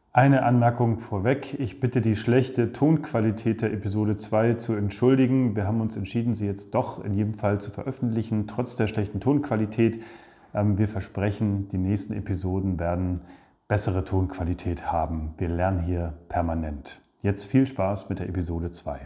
Eine Anmerkung vorweg. Ich bitte die schlechte Tonqualität der Episode 2 zu entschuldigen. Wir haben uns entschieden, sie jetzt doch in jedem Fall zu veröffentlichen, trotz der schlechten Tonqualität. Wir versprechen, die nächsten Episoden werden bessere Tonqualität haben. Wir lernen hier permanent. Jetzt viel Spaß mit der Episode 2.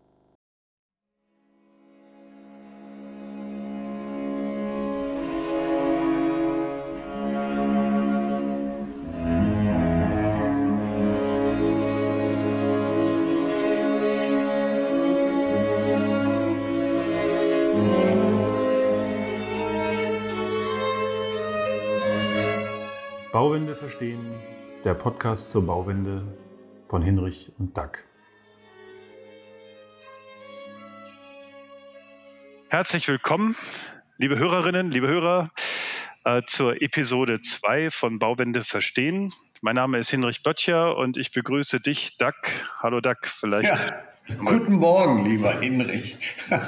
Bauwende verstehen, der Podcast zur Bauwende von Hinrich und Dag. Herzlich willkommen, liebe Hörerinnen, liebe Hörer, zur Episode 2 von Bauwende verstehen. Mein Name ist Hinrich Böttcher und ich begrüße dich, Dag. Hallo Dag, vielleicht. Ja, guten Morgen, lieber Hinrich.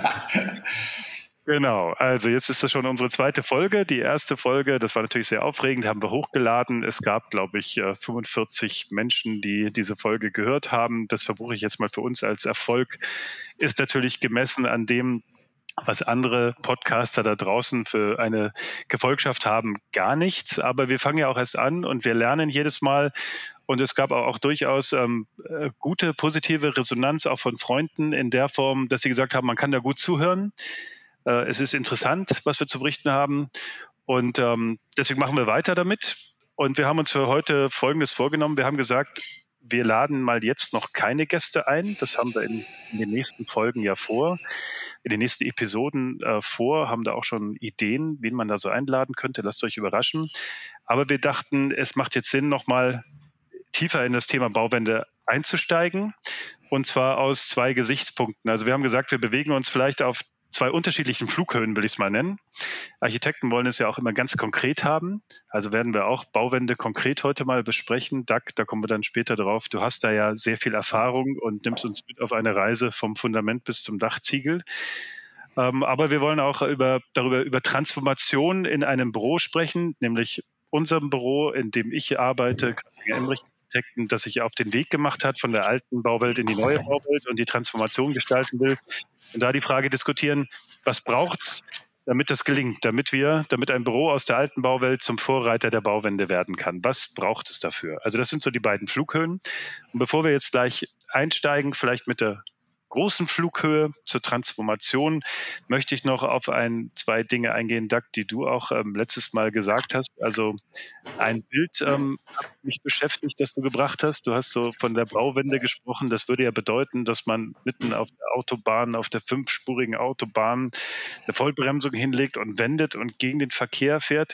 Genau, also jetzt ist das schon unsere zweite Folge. Die erste Folge, das war natürlich sehr aufregend, haben wir hochgeladen. Es gab, glaube ich, 45 Menschen, die diese Folge gehört haben. Das verbuche ich jetzt mal für uns als Erfolg. Ist natürlich gemessen an dem, was andere Podcaster da draußen für eine Gefolgschaft haben, gar nichts. Aber wir fangen ja auch erst an und wir lernen jedes Mal. Und es gab auch durchaus gute, positive Resonanz auch von Freunden in der Form, dass sie gesagt haben, man kann da gut zuhören. Es ist interessant, was wir zu berichten haben. Und deswegen machen wir weiter damit. Und wir haben uns für heute Folgendes vorgenommen. Wir haben gesagt, wir laden mal jetzt noch keine Gäste ein. Das haben wir in den nächsten Folgen ja vor. In den nächsten Episoden haben da auch schon Ideen, wen man da so einladen könnte. Lasst euch überraschen. Aber wir dachten, es macht jetzt Sinn, nochmal tiefer in das Thema Bauwende einzusteigen. Und zwar aus zwei Gesichtspunkten. Also wir haben gesagt, wir bewegen uns vielleicht auf zwei unterschiedlichen Flughöhen, will ich es mal nennen. Architekten wollen es ja auch immer ganz konkret haben. Also werden wir auch Bauwende konkret heute mal besprechen. Dag, da kommen wir dann später drauf. Du hast da ja sehr viel Erfahrung und nimmst uns mit auf eine Reise vom Fundament bis zum Dachziegel. Aber wir wollen auch über Transformation in einem Büro sprechen, nämlich unserem Büro, in dem ich arbeite, Kassinger Emmerich Architekten, das sich auf den Weg gemacht hat von der alten Bauwelt in die neue Bauwelt und die Transformation gestalten will. Und da die Frage diskutieren, was braucht's, damit das gelingt, damit ein Büro aus der alten Bauwelt zum Vorreiter der Bauwende werden kann. Was braucht es dafür? Also das sind so die beiden Flughöhen. Und bevor wir jetzt gleich einsteigen, vielleicht mit der großen Flughöhe zur Transformation, möchte ich noch auf zwei Dinge eingehen, Dag, die du auch letztes Mal gesagt hast. Also ein Bild hat mich beschäftigt, das du gebracht hast. Du hast so von der Bauwende gesprochen. Das würde ja bedeuten, dass man mitten auf der Autobahn, auf der 5-spurigen Autobahn eine Vollbremsung hinlegt und wendet und gegen den Verkehr fährt.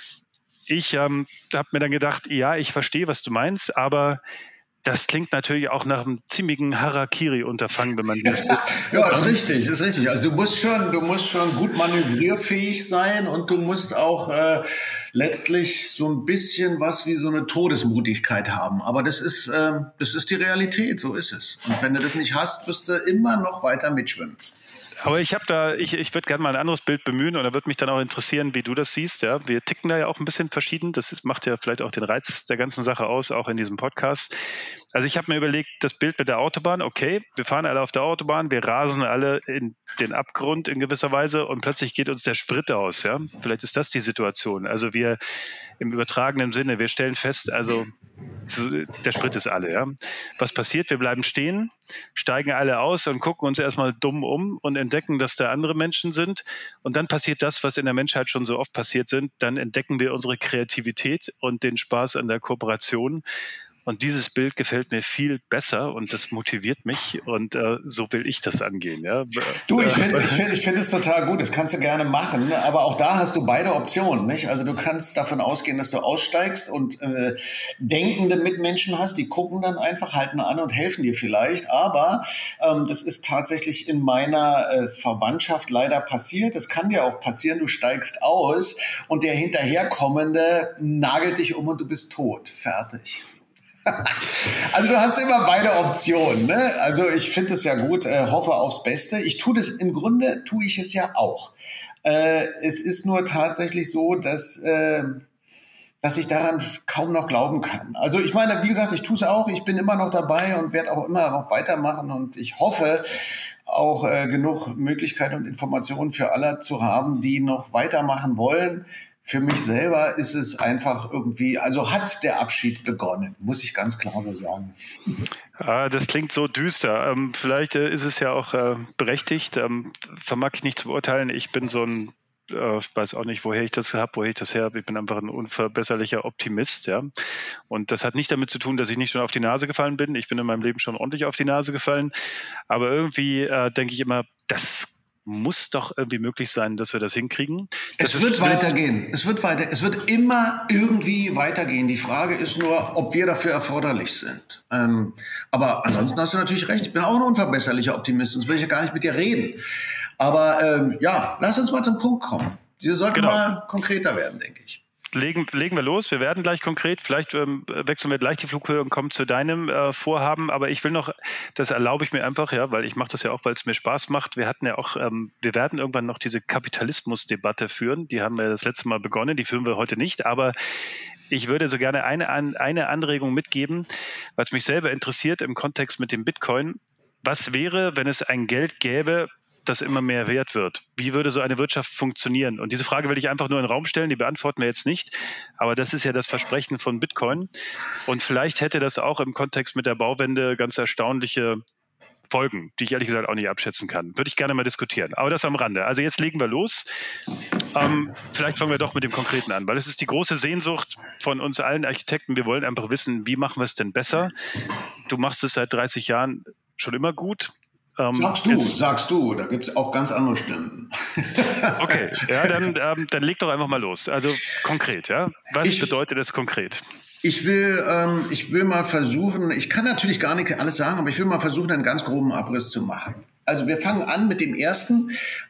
Ich habe mir dann gedacht, ja, ich verstehe, was du meinst, aber das klingt natürlich auch nach einem ziemlichen Harakiri-Unterfangen, wenn man dieses Bild. Ja, ist richtig, ist richtig. Also du musst schon gut manövrierfähig sein und du musst auch letztlich so ein bisschen was wie so eine Todesmutigkeit haben. Aber das ist die Realität, so ist es. Und wenn du das nicht hast, wirst du immer noch weiter mitschwimmen. Aber ich würde gerne mal ein anderes Bild bemühen und da würde mich dann auch interessieren, wie du das siehst. Ja, wir ticken da ja auch ein bisschen verschieden. Macht ja vielleicht auch den Reiz der ganzen Sache aus, auch in diesem Podcast. Also ich habe mir überlegt, das Bild mit der Autobahn, okay, wir fahren alle auf der Autobahn, wir rasen alle in den Abgrund in gewisser Weise und plötzlich geht uns der Sprit aus. Ja, vielleicht ist das die Situation. Also wir im übertragenen Sinne, wir stellen fest, also der Sprit ist alle. Ja. Was passiert? Wir bleiben stehen, steigen alle aus und gucken uns erstmal dumm um und entdecken, dass da andere Menschen sind. Und dann passiert das, was in der Menschheit schon so oft passiert sind. Dann entdecken wir unsere Kreativität und den Spaß an der Kooperation. Und dieses Bild gefällt mir viel besser und das motiviert mich und so will ich das angehen. Ja. Du, ich finde es total gut, das kannst du gerne machen, aber auch da hast du beide Optionen, nicht? Also du kannst davon ausgehen, dass du aussteigst und denkende Mitmenschen hast, die gucken dann einfach, halten an und helfen dir vielleicht, aber das ist tatsächlich in meiner Verwandtschaft leider passiert. Das kann dir auch passieren, du steigst aus und der Hinterherkommende nagelt dich um und du bist tot. Fertig. Also du hast immer beide Optionen, ne? Also ich finde es ja gut, hoffe aufs Beste. Im Grunde tue ich es ja auch. Es ist nur tatsächlich so, dass dass ich daran kaum noch glauben kann. Also ich meine, wie gesagt, ich tue es auch, ich bin immer noch dabei und werde auch immer noch weitermachen und ich hoffe auch genug Möglichkeiten und Informationen für alle zu haben, die noch weitermachen wollen. Für mich selber ist es einfach irgendwie, also hat der Abschied begonnen, muss ich ganz klar so sagen. Das klingt so düster. Vielleicht ist es ja auch berechtigt, vermag ich nicht zu beurteilen. Ich bin so ein ich weiß auch nicht, woher ich das habe. Ich bin einfach ein unverbesserlicher Optimist, ja. Und das hat nicht damit zu tun, dass ich nicht schon auf die Nase gefallen bin. Ich bin in meinem Leben schon ordentlich auf die Nase gefallen. Aber irgendwie denke ich immer, das muss doch irgendwie möglich sein, dass wir das hinkriegen. Es wird weitergehen. Es wird immer irgendwie weitergehen. Die Frage ist nur, ob wir dafür erforderlich sind. Aber ansonsten hast du natürlich recht. Ich bin auch ein unverbesserlicher Optimist, sonst will ich ja gar nicht mit dir reden. Aber ja, lass uns mal zum Punkt kommen. Wir sollten mal konkreter werden, denke ich. Legen wir los. Wir werden gleich konkret. Vielleicht wechseln wir gleich die Flughöhe und kommen zu deinem Vorhaben. Aber ich will noch, das erlaube ich mir einfach, ja, weil ich mache das ja auch, weil es mir Spaß macht. Wir hatten ja auch, wir werden irgendwann noch diese Kapitalismusdebatte führen. Die haben wir das letzte Mal begonnen. Die führen wir heute nicht. Aber ich würde so gerne eine Anregung mitgeben, weil es mich selber interessiert im Kontext mit dem Bitcoin. Was wäre, wenn es ein Geld gäbe, das immer mehr wert wird? Wie würde so eine Wirtschaft funktionieren? Und diese Frage will ich einfach nur in den Raum stellen, die beantworten wir jetzt nicht. Aber das ist ja das Versprechen von Bitcoin. Und vielleicht hätte das auch im Kontext mit der Bauwende ganz erstaunliche Folgen, die ich ehrlich gesagt auch nicht abschätzen kann. Würde ich gerne mal diskutieren. Aber das am Rande. Also jetzt legen wir los. Vielleicht fangen wir doch mit dem Konkreten an, weil es ist die große Sehnsucht von uns allen Architekten. Wir wollen einfach wissen, wie machen wir es denn besser? Du machst es seit 30 Jahren schon immer gut. Sagst du, da gibt es auch ganz andere Stimmen. Okay, ja, dann leg doch einfach mal los. Also konkret, ja. Was bedeutet das konkret? Ich will mal versuchen, ich kann natürlich gar nicht alles sagen, aber ich will mal versuchen, einen ganz groben Abriss zu machen. Also wir fangen an mit dem ersten,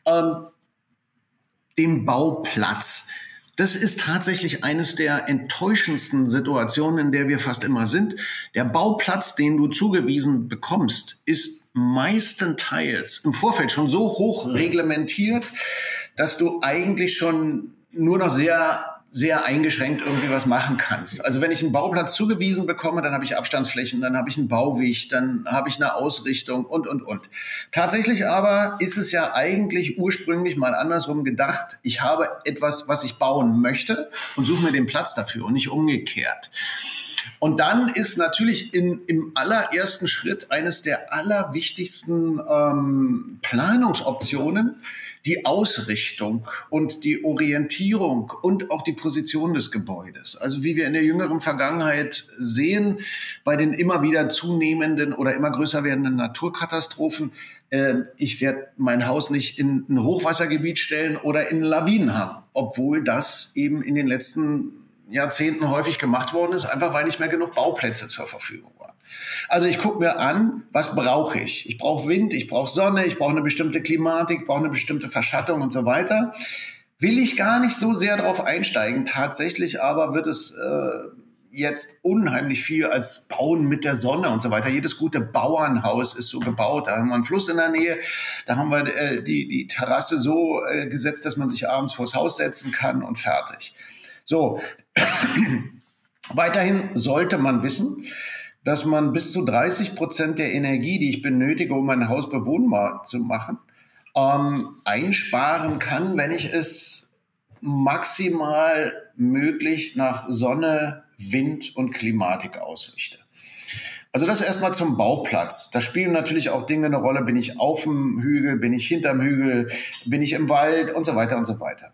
dem Bauplatz. Das ist tatsächlich eines der enttäuschendsten Situationen, in der wir fast immer sind. Der Bauplatz, den du zugewiesen bekommst, ist meistenteils im Vorfeld schon so hoch reglementiert, dass du eigentlich schon nur noch sehr eingeschränkt irgendwie was machen kannst. Also wenn ich einen Bauplatz zugewiesen bekomme, dann habe ich Abstandsflächen, dann habe ich einen Bauweg, dann habe ich eine Ausrichtung und. Tatsächlich aber ist es ja eigentlich ursprünglich mal andersrum gedacht. Ich habe etwas, was ich bauen möchte und suche mir den Platz dafür und nicht umgekehrt. Und dann ist natürlich im allerersten Schritt eines der allerwichtigsten Planungsoptionen die Ausrichtung und die Orientierung und auch die Position des Gebäudes. Also wie wir in der jüngeren Vergangenheit sehen, bei den immer wieder zunehmenden oder immer größer werdenden Naturkatastrophen, ich werde mein Haus nicht in ein Hochwassergebiet stellen oder in einen Lawinenhang, obwohl das eben in den letzten Jahrzehnten häufig gemacht worden ist, einfach weil nicht mehr genug Bauplätze zur Verfügung waren. Also ich gucke mir an, was brauche ich? Ich brauche Wind, ich brauche Sonne, ich brauche eine bestimmte Klimatik, ich brauche eine bestimmte Verschattung und so weiter. Will ich gar nicht so sehr darauf einsteigen. Tatsächlich aber wird es jetzt unheimlich viel als Bauen mit der Sonne und so weiter. Jedes gute Bauernhaus ist so gebaut. Da haben wir einen Fluss in der Nähe, da haben wir die Terrasse so gesetzt, dass man sich abends vors Haus setzen kann und fertig. So, weiterhin sollte man wissen, dass man bis zu 30% der Energie, die ich benötige, um mein Haus bewohnbar zu machen, einsparen kann, wenn ich es maximal möglich nach Sonne, Wind und Klimatik ausrichte. Also das erstmal zum Bauplatz. Da spielen natürlich auch Dinge eine Rolle. Bin ich auf dem Hügel, bin ich hinterm Hügel, bin ich im Wald und so weiter und so weiter.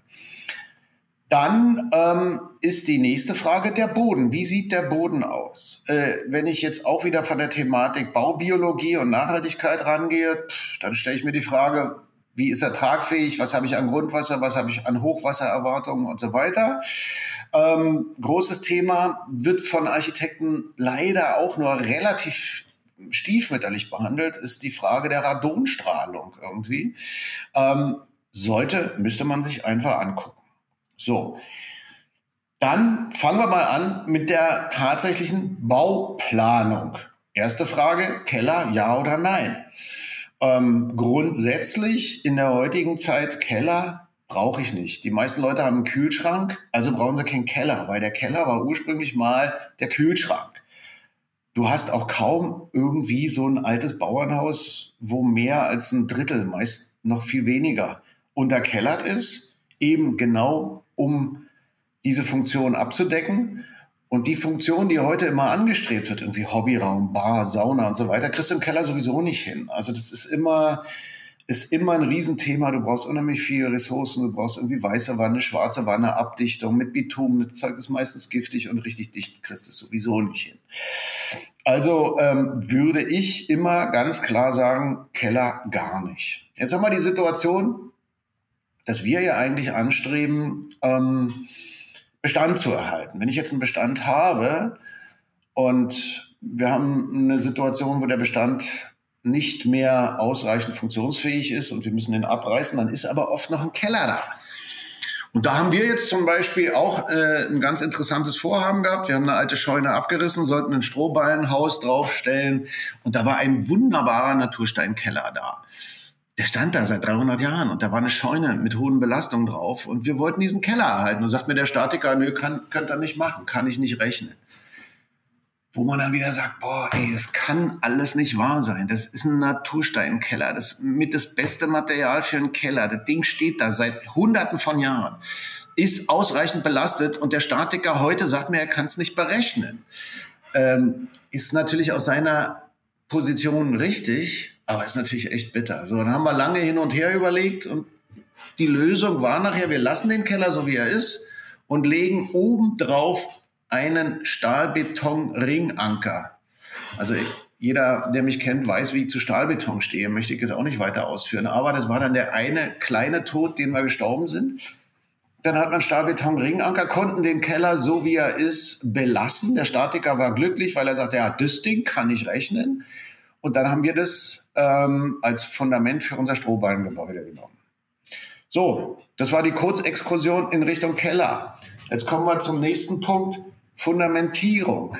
Dann ist die nächste Frage der Boden. Wie sieht der Boden aus? Wenn ich jetzt auch wieder von der Thematik Baubiologie und Nachhaltigkeit rangehe, dann stelle ich mir die Frage, wie ist er tragfähig? Was habe ich an Grundwasser? Was habe ich an Hochwassererwartungen und so weiter? Großes Thema, wird von Architekten leider auch nur relativ stiefmütterlich behandelt, ist die Frage der Radonstrahlung irgendwie. Müsste man sich einfach angucken. So, dann fangen wir mal an mit der tatsächlichen Bauplanung. Erste Frage, Keller, ja oder nein? Grundsätzlich in der heutigen Zeit Keller Brauche ich nicht. Die meisten Leute haben einen Kühlschrank, also brauchen sie keinen Keller, weil der Keller war ursprünglich mal der Kühlschrank. Du hast auch kaum irgendwie so ein altes Bauernhaus, wo mehr als ein Drittel, meist noch viel weniger, unterkellert ist, eben genau um diese Funktion abzudecken. Und die Funktion, die heute immer angestrebt wird, irgendwie Hobbyraum, Bar, Sauna und so weiter, kriegst du im Keller sowieso nicht hin. Also das ist immer ein Riesenthema. Du brauchst unheimlich viele Ressourcen. Du brauchst irgendwie weiße Wanne, schwarze Wanne, Abdichtung mit Bitumen. Das Zeug ist meistens giftig und richtig dicht kriegst du es sowieso nicht hin. Also würde ich immer ganz klar sagen, Keller gar nicht. Jetzt haben wir die Situation, dass wir ja eigentlich anstreben, Bestand zu erhalten. Wenn ich jetzt einen Bestand habe und wir haben eine Situation, wo der Bestand nicht mehr ausreichend funktionsfähig ist und wir müssen den abreißen, dann ist aber oft noch ein Keller da. Und da haben wir jetzt zum Beispiel auch ein ganz interessantes Vorhaben gehabt. Wir haben eine alte Scheune abgerissen, sollten ein Strohballenhaus draufstellen und da war ein wunderbarer Natursteinkeller da. Der stand da seit 300 Jahren und da war eine Scheune mit hohen Belastungen drauf und wir wollten diesen Keller erhalten. Und sagt mir der Statiker, nö, könnt ihr nicht machen, kann ich nicht rechnen. Wo man dann wieder sagt, boah, ey, das kann alles nicht wahr sein. Das ist ein Natursteinkeller, das mit das beste Material für einen Keller. Das Ding steht da seit Hunderten von Jahren, ist ausreichend belastet und der Statiker heute sagt mir, er kann es nicht berechnen. Ist natürlich aus seiner Position richtig, aber ist natürlich echt bitter. So, dann haben wir lange hin und her überlegt und die Lösung war nachher, wir lassen den Keller so wie er ist und legen obendrauf einen Stahlbeton-Ringanker. Also jeder, der mich kennt, weiß, wie ich zu Stahlbeton stehe. Möchte ich jetzt auch nicht weiter ausführen. Aber das war dann der eine kleine Tod, den wir gestorben sind. Dann hat man Stahlbeton-Ringanker, konnten den Keller, so wie er ist, belassen. Der Statiker war glücklich, weil er sagte, ja, das Ding kann ich rechnen. Und dann haben wir das als Fundament für unser Strohballengebäude genommen. So, das war die Kurzexkursion in Richtung Keller. Jetzt kommen wir zum nächsten Punkt, Fundamentierung.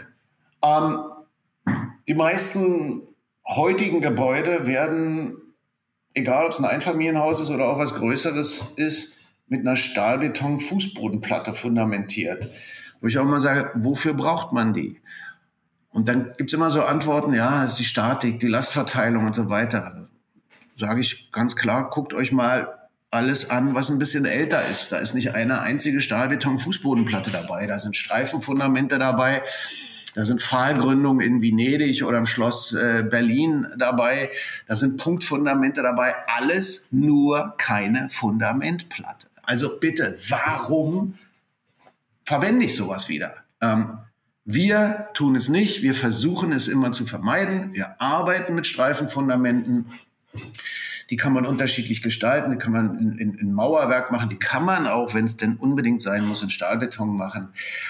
Die meisten heutigen Gebäude werden, egal ob es ein Einfamilienhaus ist oder auch was Größeres ist, mit einer Stahlbeton-Fußbodenplatte fundamentiert. Wo ich auch mal sage, wofür braucht man die? Und dann gibt es immer so Antworten, ja, das ist die Statik, die Lastverteilung und so weiter. Sage ich ganz klar, guckt euch mal alles an, was ein bisschen älter ist. Da ist nicht eine einzige Stahlbeton-Fußbodenplatte dabei. Da sind Streifenfundamente dabei. Da sind Pfahlgründungen in Venedig oder im Schloss Berlin dabei. Da sind Punktfundamente dabei. Alles nur keine Fundamentplatte. Also bitte, warum verwende ich sowas wieder? Wir tun es nicht. Wir versuchen es immer zu vermeiden. Wir arbeiten mit Streifenfundamenten. Die kann man unterschiedlich gestalten, die kann man in Mauerwerk machen, die kann man auch, wenn es denn unbedingt sein muss, in Stahlbeton machen.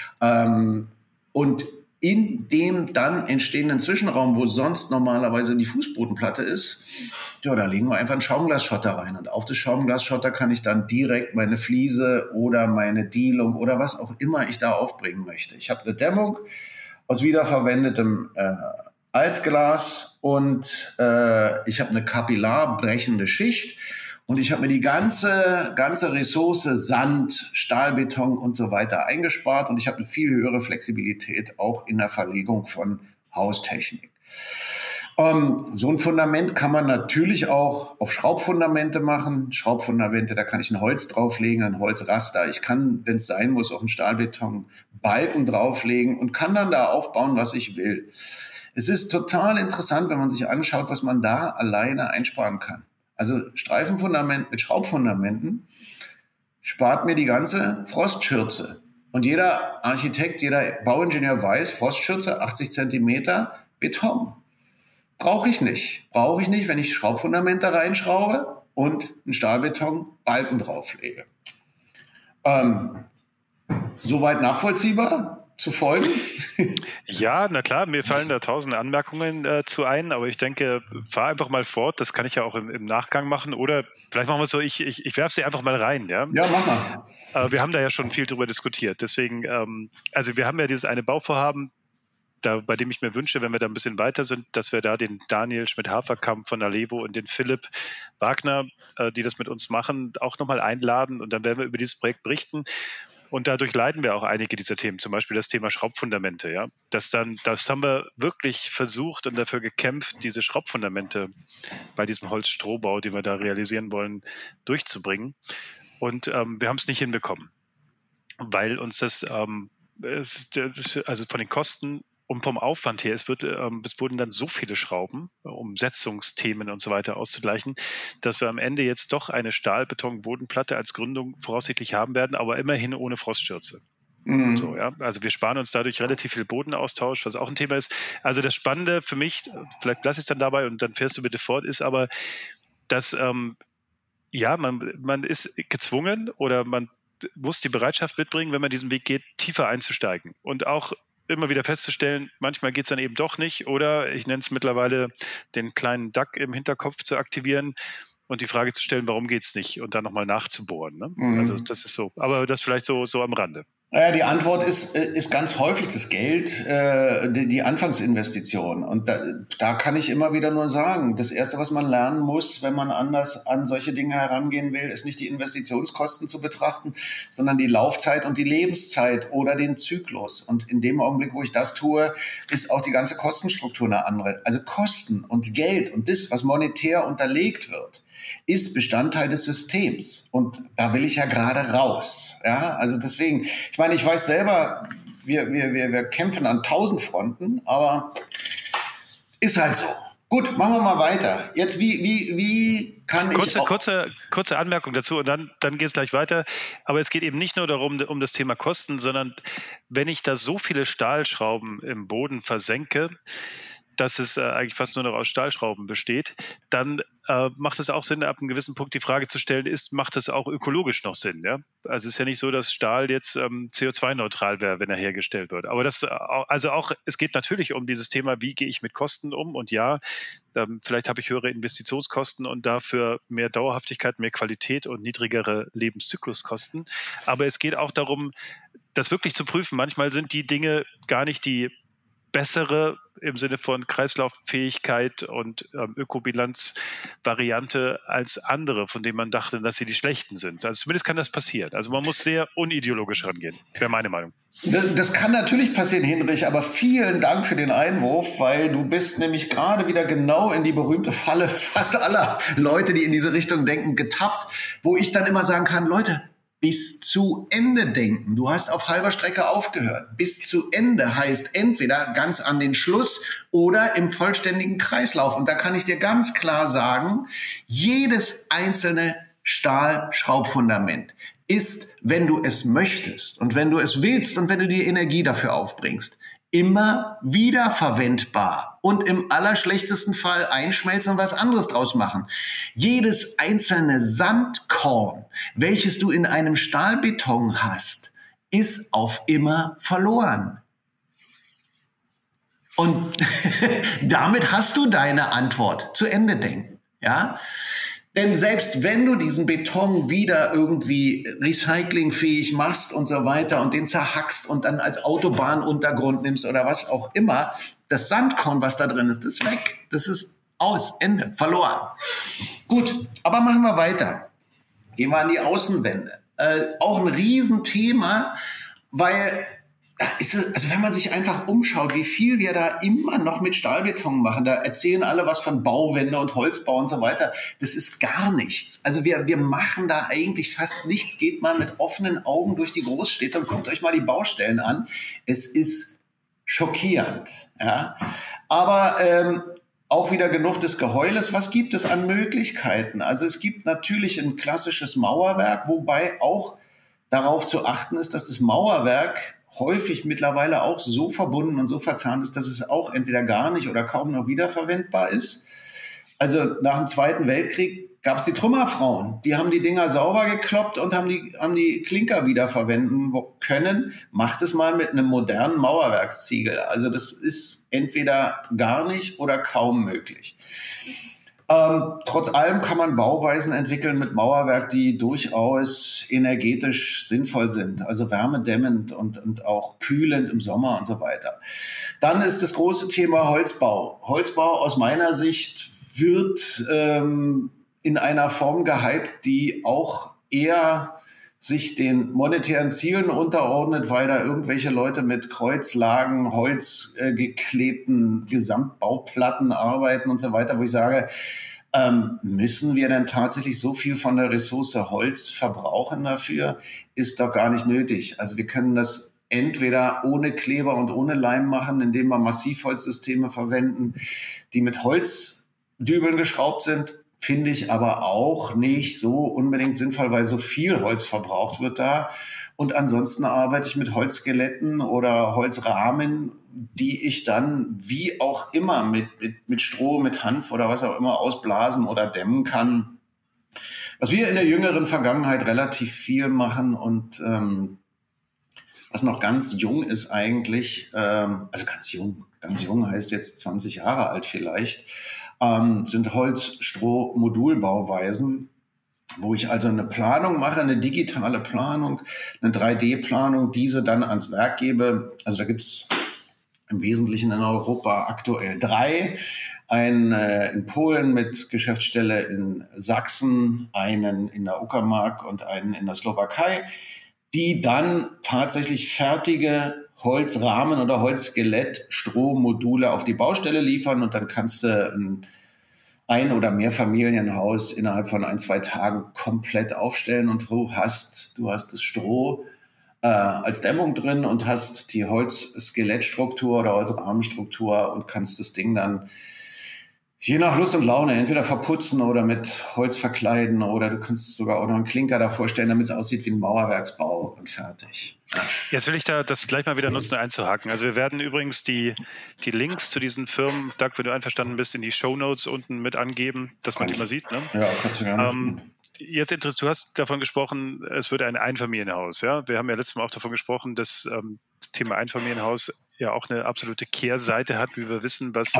Und in dem dann entstehenden Zwischenraum, wo sonst normalerweise die Fußbodenplatte ist, ja, da legen wir einfach einen Schaumglasschotter rein. Und auf das Schaumglasschotter kann ich dann direkt meine Fliese oder meine Dielung oder was auch immer ich da aufbringen möchte. Ich habe eine Dämmung aus wiederverwendetem Altglas und ich habe eine kapillarbrechende Schicht und ich habe mir die ganze Ressource Sand, Stahlbeton und so weiter eingespart und ich habe eine viel höhere Flexibilität auch in der Verlegung von Haustechnik. So ein Fundament kann man natürlich auch auf Schraubfundamente machen. Schraubfundamente, da kann ich ein Holz drauflegen, ein Holzraster. Ich kann, wenn es sein muss, auch einen Stahlbetonbalken drauflegen und kann dann da aufbauen, was ich will. Es ist total interessant, wenn man sich anschaut, was man da alleine einsparen kann. Also Streifenfundament mit Schraubfundamenten spart mir die ganze Frostschürze. Und jeder Architekt, jeder Bauingenieur weiß, Frostschürze 80 Zentimeter Beton. Brauche ich nicht, wenn ich Schraubfundamente reinschraube und einen Stahlbetonbalken drauflege. Soweit nachvollziehbar? Zu folgen? Ja, na klar, mir fallen da tausende Anmerkungen zu ein, aber ich denke, fahr einfach mal fort, das kann ich ja auch im Nachgang machen oder vielleicht machen wir es so, ich werfe sie einfach mal rein. Ja, mach mal. Wir haben da ja schon viel drüber diskutiert, deswegen, also wir haben ja dieses eine Bauvorhaben, bei dem ich mir wünsche, wenn wir da ein bisschen weiter sind, dass wir da den Daniel Schmidt-Haferkamp von Alevo und den Philipp Wagner, die das mit uns machen, auch nochmal einladen und dann werden wir über dieses Projekt berichten. Und dadurch leiten wir auch einige dieser Themen, zum Beispiel das Thema Schraubfundamente. Ja? Das haben wir wirklich versucht und dafür gekämpft, diese Schraubfundamente bei diesem Holzstrohbau, den wir da realisieren wollen, durchzubringen. Und wir haben es nicht hinbekommen, weil uns das, also von den Kosten und vom Aufwand her, es wurden dann so viele Schrauben, um Setzungsthemen und so weiter auszugleichen, dass wir am Ende jetzt doch eine Stahlbeton-Bodenplatte als Gründung voraussichtlich haben werden, aber immerhin ohne Frostschürze. So, ja. Also wir sparen uns dadurch relativ viel Bodenaustausch, was auch ein Thema ist. Also das Spannende für mich, vielleicht lasse ich es dann dabei und dann fährst du bitte fort, ist aber, dass man ist gezwungen oder man muss die Bereitschaft mitbringen, wenn man diesen Weg geht, tiefer einzusteigen und auch immer wieder festzustellen, manchmal geht es dann eben doch nicht oder ich nenne es mittlerweile den kleinen Duck im Hinterkopf zu aktivieren und die Frage zu stellen, warum geht es nicht und dann nochmal nachzubohren. Ne? Also das ist so, aber das vielleicht so am Rande. Naja, die Antwort ist ganz häufig das Geld, die Anfangsinvestition. Und da kann ich immer wieder nur sagen, das Erste, was man lernen muss, wenn man anders an solche Dinge herangehen will, ist nicht die Investitionskosten zu betrachten, sondern die Laufzeit und die Lebenszeit oder den Zyklus. Und in dem Augenblick, wo ich das tue, ist auch die ganze Kostenstruktur eine andere. Also Kosten und Geld und das, was monetär unterlegt wird, ist Bestandteil des Systems. Und da will ich ja gerade raus. Ja, also deswegen, ich meine, ich weiß selber, wir kämpfen an 1000 Fronten, aber ist halt so. Gut, machen wir mal weiter. Jetzt, wie kann ich... Kurze Anmerkung dazu und dann geht es gleich weiter. Aber es geht eben nicht nur darum, um das Thema Kosten, sondern wenn ich da so viele Stahlschrauben im Boden versenke, dass es eigentlich fast nur noch aus Stahlschrauben besteht, dann macht es auch Sinn, ab einem gewissen Punkt die Frage zu stellen, macht es auch ökologisch noch Sinn? Ja? Also es ist ja nicht so, dass Stahl jetzt CO2-neutral wäre, wenn er hergestellt wird. Aber es geht natürlich um dieses Thema, wie gehe ich mit Kosten um? Und ja, vielleicht habe ich höhere Investitionskosten und dafür mehr Dauerhaftigkeit, mehr Qualität und niedrigere Lebenszykluskosten. Aber es geht auch darum, das wirklich zu prüfen. Manchmal sind die Dinge gar nicht die bessere im Sinne von Kreislauffähigkeit und Ökobilanz-Variante als andere, von denen man dachte, dass sie die schlechten sind. Also zumindest kann das passieren. Also man muss sehr unideologisch rangehen, wäre meine Meinung. Das kann natürlich passieren, Hinrich, aber vielen Dank für den Einwurf, weil du bist nämlich gerade wieder genau in die berühmte Falle fast aller Leute, die in diese Richtung denken, getappt, wo ich dann immer sagen kann, Leute, bis zu Ende denken. Du hast auf halber Strecke aufgehört. Bis zu Ende heißt entweder ganz an den Schluss oder im vollständigen Kreislauf. Und da kann ich dir ganz klar sagen, jedes einzelne Stahlschraubfundament ist, wenn du es möchtest und wenn du es willst und wenn du die Energie dafür aufbringst, immer wieder verwendbar und im allerschlechtesten Fall einschmelzen und was anderes draus machen. Jedes einzelne Sandkorn, welches du in einem Stahlbeton hast, ist auf immer verloren. Und damit hast du deine Antwort. Zu Ende denken. Ja? Denn selbst wenn du diesen Beton wieder irgendwie recyclingfähig machst und so weiter und den zerhackst und dann als Autobahnuntergrund nimmst oder was auch immer, das Sandkorn, was da drin ist, ist weg. Das ist aus, Ende, verloren. Gut, aber machen wir weiter. Gehen wir an die Außenwände. Auch ein Riesenthema, weil... Also wenn man sich einfach umschaut, wie viel wir da immer noch mit Stahlbeton machen, da erzählen alle was von Bauwände und Holzbau und so weiter. Das ist gar nichts. Also wir machen da eigentlich fast nichts. Geht mal mit offenen Augen durch die Großstädte und guckt euch mal die Baustellen an. Es ist schockierend. Ja? Aber auch wieder genug des Geheules. Was gibt es an Möglichkeiten? Also es gibt natürlich ein klassisches Mauerwerk, wobei auch darauf zu achten ist, dass das Mauerwerk häufig mittlerweile auch so verbunden und so verzahnt ist, dass es auch entweder gar nicht oder kaum noch wiederverwendbar ist. Also nach dem Zweiten Weltkrieg gab es die Trümmerfrauen. Die haben die Dinger sauber gekloppt und haben die Klinker wiederverwenden können. Macht es mal mit einem modernen Mauerwerksziegel. Also das ist entweder gar nicht oder kaum möglich. Trotz allem kann man Bauweisen entwickeln mit Mauerwerk, die durchaus energetisch sinnvoll sind, also wärmedämmend und auch kühlend im Sommer und so weiter. Dann ist das große Thema Holzbau. Holzbau aus meiner Sicht wird in einer Form gehypt, die auch eher sich den monetären Zielen unterordnet, weil da irgendwelche Leute mit Kreuzlagen, holzgeklebten Gesamtbauplatten arbeiten und so weiter, wo ich sage, müssen wir denn tatsächlich so viel von der Ressource Holz verbrauchen dafür? Ist doch gar nicht nötig. Also wir können das entweder ohne Kleber und ohne Leim machen, indem wir Massivholzsysteme verwenden, die mit Holzdübeln geschraubt sind, finde ich aber auch nicht so unbedingt sinnvoll, weil so viel Holz verbraucht wird da. Und ansonsten arbeite ich mit Holzskeletten oder Holzrahmen, die ich dann wie auch immer mit Stroh, mit Hanf oder was auch immer ausblasen oder dämmen kann. Was wir in der jüngeren Vergangenheit relativ viel machen und was noch ganz jung ist eigentlich, also ganz jung heißt jetzt 20 Jahre alt vielleicht, sind Holz-Stroh-Modulbauweisen, wo ich also eine Planung mache, eine digitale Planung, eine 3D-Planung, diese dann ans Werk gebe. Also da gibt's im Wesentlichen in Europa aktuell 3. Einen in Polen mit Geschäftsstelle in Sachsen, einen in der Uckermark und einen in der Slowakei, die dann tatsächlich fertige Holzrahmen oder Holzskelett-Strohmodule auf die Baustelle liefern und dann kannst du ein oder mehr Familienhaus innerhalb von 1-2 Tagen komplett aufstellen und du hast das Stroh als Dämmung drin und hast die Holzskelettstruktur oder Holzrahmenstruktur und kannst das Ding dann je nach Lust und Laune entweder verputzen oder mit Holz verkleiden oder du kannst sogar auch noch einen Klinker davor stellen, damit es aussieht wie ein Mauerwerksbau und fertig. Jetzt will ich da das gleich mal wieder nutzen, einzuhaken. Also wir werden übrigens die Links zu diesen Firmen, Doug, wenn du einverstanden bist, in die Shownotes unten mit angeben, dass man die mal sieht. Ne? Ja, kannst du gerne. Jetzt du hast davon gesprochen, es wird ein Einfamilienhaus. Ja? Wir haben ja letztes Mal auch davon gesprochen, dass das Thema Einfamilienhaus ja auch eine absolute Kehrseite hat, wie wir wissen, was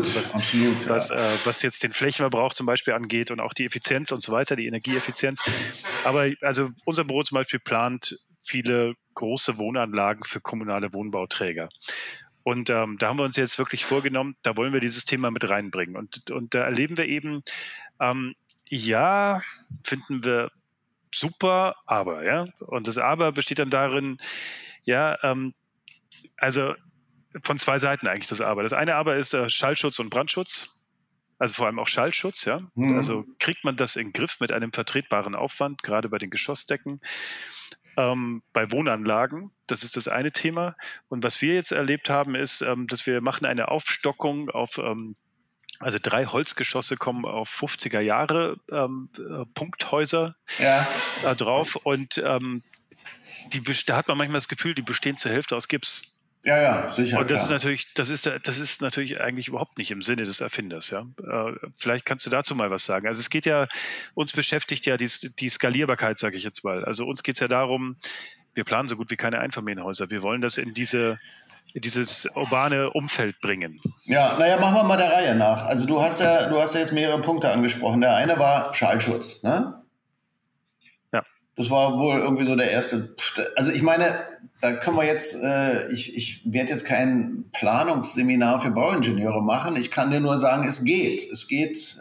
jetzt den Flächenverbrauch zum Beispiel angeht und auch die Effizienz und so weiter, die Energieeffizienz. Aber also unser Büro zum Beispiel plant viele große Wohnanlagen für kommunale Wohnbauträger. Und da haben wir uns jetzt wirklich vorgenommen, da wollen wir dieses Thema mit reinbringen. Und da erleben wir eben, ja, finden wir super, aber, ja. Und das Aber besteht dann darin, ja, also von 2 Seiten eigentlich das Aber. Das eine Aber ist Schallschutz und Brandschutz. Also vor allem auch Schallschutz, ja. Also kriegt man das in den Griff mit einem vertretbaren Aufwand, gerade bei den Geschossdecken. Bei Wohnanlagen, das ist das eine Thema. Und was wir jetzt erlebt haben, ist, dass wir machen eine Aufstockung auf also 3 Holzgeschosse kommen auf 50er Jahre Punkthäuser drauf und da hat man manchmal das Gefühl, die bestehen zur Hälfte aus Gips. Ja, sicher. Und das ist natürlich eigentlich überhaupt nicht im Sinne des Erfinders. Ja? Vielleicht kannst du dazu mal was sagen. Also es geht ja, uns beschäftigt ja die Skalierbarkeit, sage ich jetzt mal. Also uns geht es ja darum, wir planen so gut wie keine Einfamilienhäuser. Wir wollen das in dieses urbane Umfeld bringen. Ja, machen wir mal der Reihe nach. Also du hast ja jetzt mehrere Punkte angesprochen. Der eine war Schallschutz, ne? Ja. Das war wohl irgendwie so der erste. Also ich meine, da können wir jetzt, ich werde jetzt kein Planungsseminar für Bauingenieure machen. Ich kann dir nur sagen, es geht. Es geht,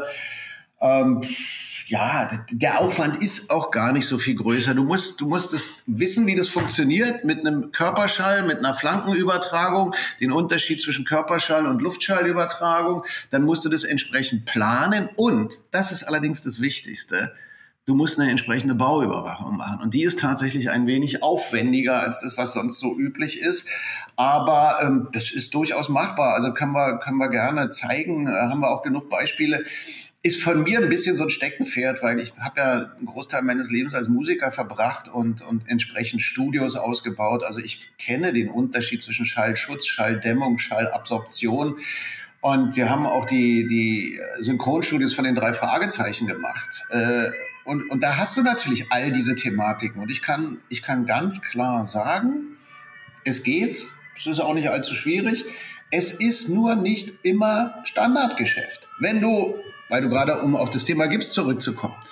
der Aufwand ist auch gar nicht so viel größer. Du musst es wissen, wie das funktioniert mit einem Körperschall, mit einer Flankenübertragung, den Unterschied zwischen Körperschall und Luftschallübertragung. Dann musst du das entsprechend planen und, das ist allerdings das Wichtigste, du musst eine entsprechende Bauüberwachung machen. Und die ist tatsächlich ein wenig aufwendiger als das, was sonst so üblich ist. Aber das ist durchaus machbar. Also können wir gerne zeigen. Haben wir auch genug Beispiele. Ist von mir ein bisschen so ein Steckenpferd, weil ich habe ja einen Großteil meines Lebens als Musiker verbracht und entsprechend Studios ausgebaut. Also ich kenne den Unterschied zwischen Schallschutz, Schalldämmung, Schallabsorption. Und wir haben auch die Synchronstudios von den 3 Fragezeichen gemacht. Und da hast du natürlich all diese Thematiken. Und ich kann ganz klar sagen, es geht. Es ist auch nicht allzu schwierig. Es ist nur nicht immer Standardgeschäft. Weil du gerade, um auf das Thema Gips zurückzukommen,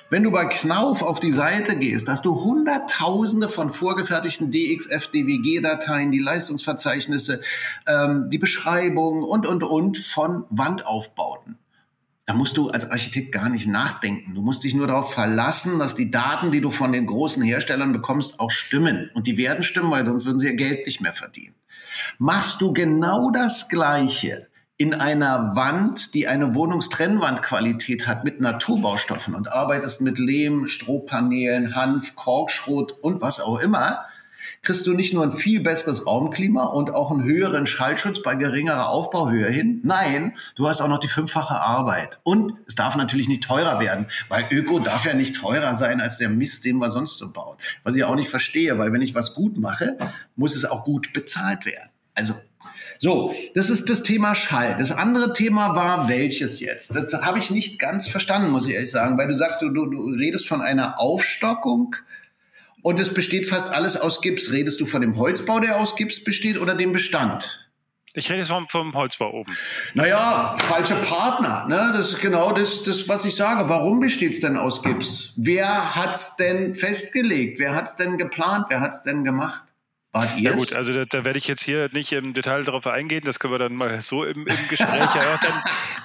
Wenn du bei Knauf auf die Seite gehst, hast du Hunderttausende von vorgefertigten DXF, DWG-Dateien, die Leistungsverzeichnisse, die Beschreibungen und von Wandaufbauten. Da musst du als Architekt gar nicht nachdenken. Du musst dich nur darauf verlassen, dass die Daten, die du von den großen Herstellern bekommst, auch stimmen. Und die werden stimmen, weil sonst würden sie ihr Geld nicht mehr verdienen. Machst du genau das Gleiche in einer Wand, die eine Wohnungstrennwandqualität hat mit Naturbaustoffen und arbeitest mit Lehm, Strohpanelen, Hanf, Korkschrot und was auch immer, kriegst du nicht nur ein viel besseres Raumklima und auch einen höheren Schallschutz bei geringerer Aufbauhöhe hin. Nein, du hast auch noch die 5-fache Arbeit. Und es darf natürlich nicht teurer werden, weil Öko darf ja nicht teurer sein als der Mist, den wir sonst so bauen. Was ich auch nicht verstehe, weil wenn ich was gut mache, muss es auch gut bezahlt werden. Also so, das ist das Thema Schall. Das andere Thema war welches jetzt? Das habe ich nicht ganz verstanden, muss ich ehrlich sagen, weil du sagst, du redest von einer Aufstockung und es besteht fast alles aus Gips. Redest du von dem Holzbau, der aus Gips besteht, oder dem Bestand? Ich rede jetzt vom Holzbau oben. Naja, falsche Partner. Ne? Das ist genau das, was ich sage. Warum besteht es denn aus Gips? Wer hat es denn festgelegt? Wer hat es denn geplant? Wer hat es denn gemacht? Wart ihr Ja es? gut, also da werde ich jetzt hier nicht im Detail darauf eingehen, das können wir dann mal so im Gespräch erörtern.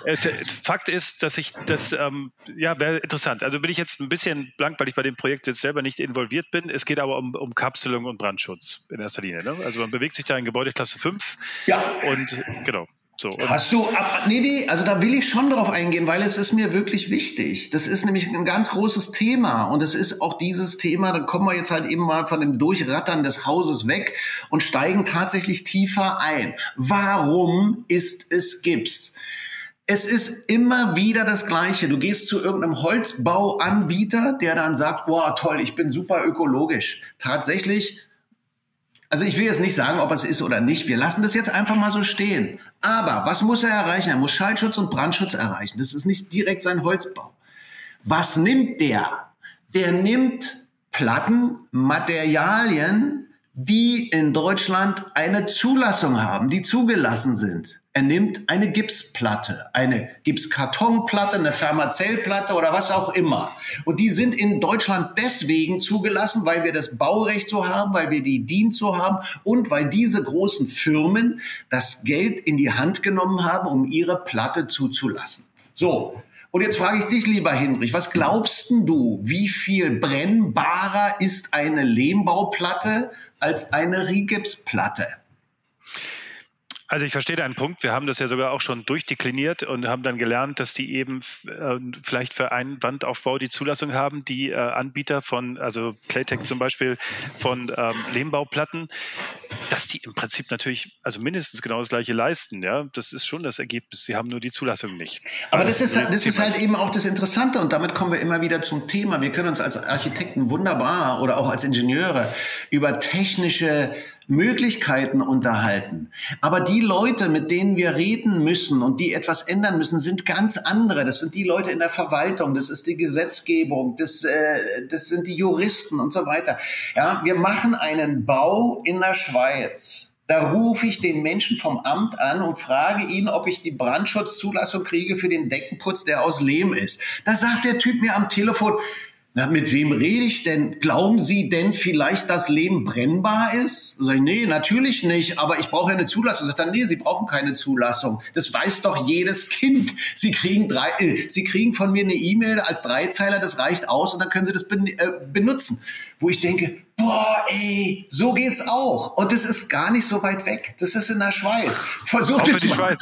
Fakt ist, dass ich das, wäre interessant. Also bin ich jetzt ein bisschen blank, weil ich bei dem Projekt jetzt selber nicht involviert bin. Es geht aber um Kapselung und Brandschutz in erster Linie. Ne? Also man bewegt sich da in Gebäudeklasse 5 Ja. und genau. So, und Hast du, nee, also da will ich schon drauf eingehen, weil es ist mir wirklich wichtig. Das ist nämlich ein ganz großes Thema und es ist auch dieses Thema, da kommen wir jetzt halt eben mal von dem Durchrattern des Hauses weg und steigen tatsächlich tiefer ein. Warum ist es Gips? Es ist immer wieder das Gleiche. Du gehst zu irgendeinem Holzbauanbieter, der dann sagt, boah, toll, ich bin super ökologisch. Tatsächlich, also ich will jetzt nicht sagen, ob es ist oder nicht. Wir lassen das jetzt einfach mal so stehen. Aber was muss er erreichen? Er muss Schallschutz und Brandschutz erreichen. Das ist nicht direkt sein Holzbau. Was nimmt der? Der nimmt Platten, Materialien, die in Deutschland eine Zulassung haben, die zugelassen sind. Er nimmt eine Gipsplatte, eine Gipskartonplatte, eine Fermazellplatte oder was auch immer. Und die sind in Deutschland deswegen zugelassen, weil wir das Baurecht so haben, weil wir die DIN so haben und weil diese großen Firmen das Geld in die Hand genommen haben, um ihre Platte zuzulassen. So. Und jetzt frage ich dich, lieber Hinrich, was glaubst du, wie viel brennbarer ist eine Lehmbauplatte als eine Rigipsplatte? Also ich verstehe deinen Punkt. Wir haben das ja sogar auch schon durchdekliniert und haben dann gelernt, dass die eben vielleicht für einen Wandaufbau die Zulassung haben, die Anbieter von, also Claytech zum Beispiel, von Lehmbauplatten, dass die im Prinzip natürlich also mindestens genau das Gleiche leisten. Ja, das ist schon das Ergebnis. Sie haben nur die Zulassung nicht. Aber das ist halt eben auch das Interessante und damit kommen wir immer wieder zum Thema. Wir können uns als Architekten wunderbar oder auch als Ingenieure über technische Möglichkeiten unterhalten. Aber die Leute, mit denen wir reden müssen und die etwas ändern müssen, sind ganz andere. Das sind die Leute in der Verwaltung, das ist die Gesetzgebung, das sind die Juristen und so weiter. Ja, wir machen einen Bau in der Schweiz. Da rufe ich den Menschen vom Amt an und frage ihn, ob ich die Brandschutzzulassung kriege für den Deckenputz, der aus Lehm ist. Da sagt der Typ mir am Telefon, na, mit wem rede ich denn? Glauben Sie denn vielleicht, dass Lehm brennbar ist? Sag ich, nee, natürlich nicht, aber ich brauche ja eine Zulassung. Sagt er, nee, Sie brauchen keine Zulassung. Das weiß doch jedes Kind. Sie kriegen von mir eine E-Mail als Dreizeiler, das reicht aus und dann können Sie das benutzen. Wo ich denke, boah, ey, so geht's auch. Und das ist gar nicht so weit weg. Das ist in der Schweiz. Versucht es mal.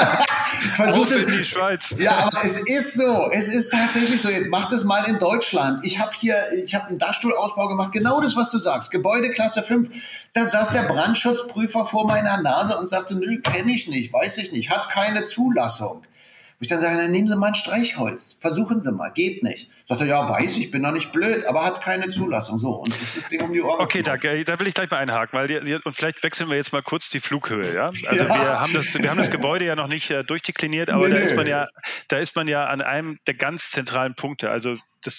Versucht es in die Schweiz. Ja, aber es ist so. Es ist tatsächlich so. Jetzt macht es mal in Deutschland. Ich habe einen Dachstuhlausbau gemacht. Genau das, was du sagst. Gebäudeklasse 5. Da saß der Brandschutzprüfer vor meiner Nase und sagte, nö, kenne ich nicht, weiß ich nicht, hat keine Zulassung. Wo ich dann sage, dann nehmen Sie mal ein Streichholz. Versuchen Sie mal, geht nicht. Sagt er, ja, weiß ich, bin doch nicht blöd, aber hat keine Zulassung. So, und das ist das Ding um die Ohren. Okay, da will ich gleich mal einhaken, und vielleicht wechseln wir jetzt mal kurz die Flughöhe, ja? Also wir haben das Gebäude ja noch nicht durchdekliniert, aber da ist man ja an einem der ganz zentralen Punkte. Also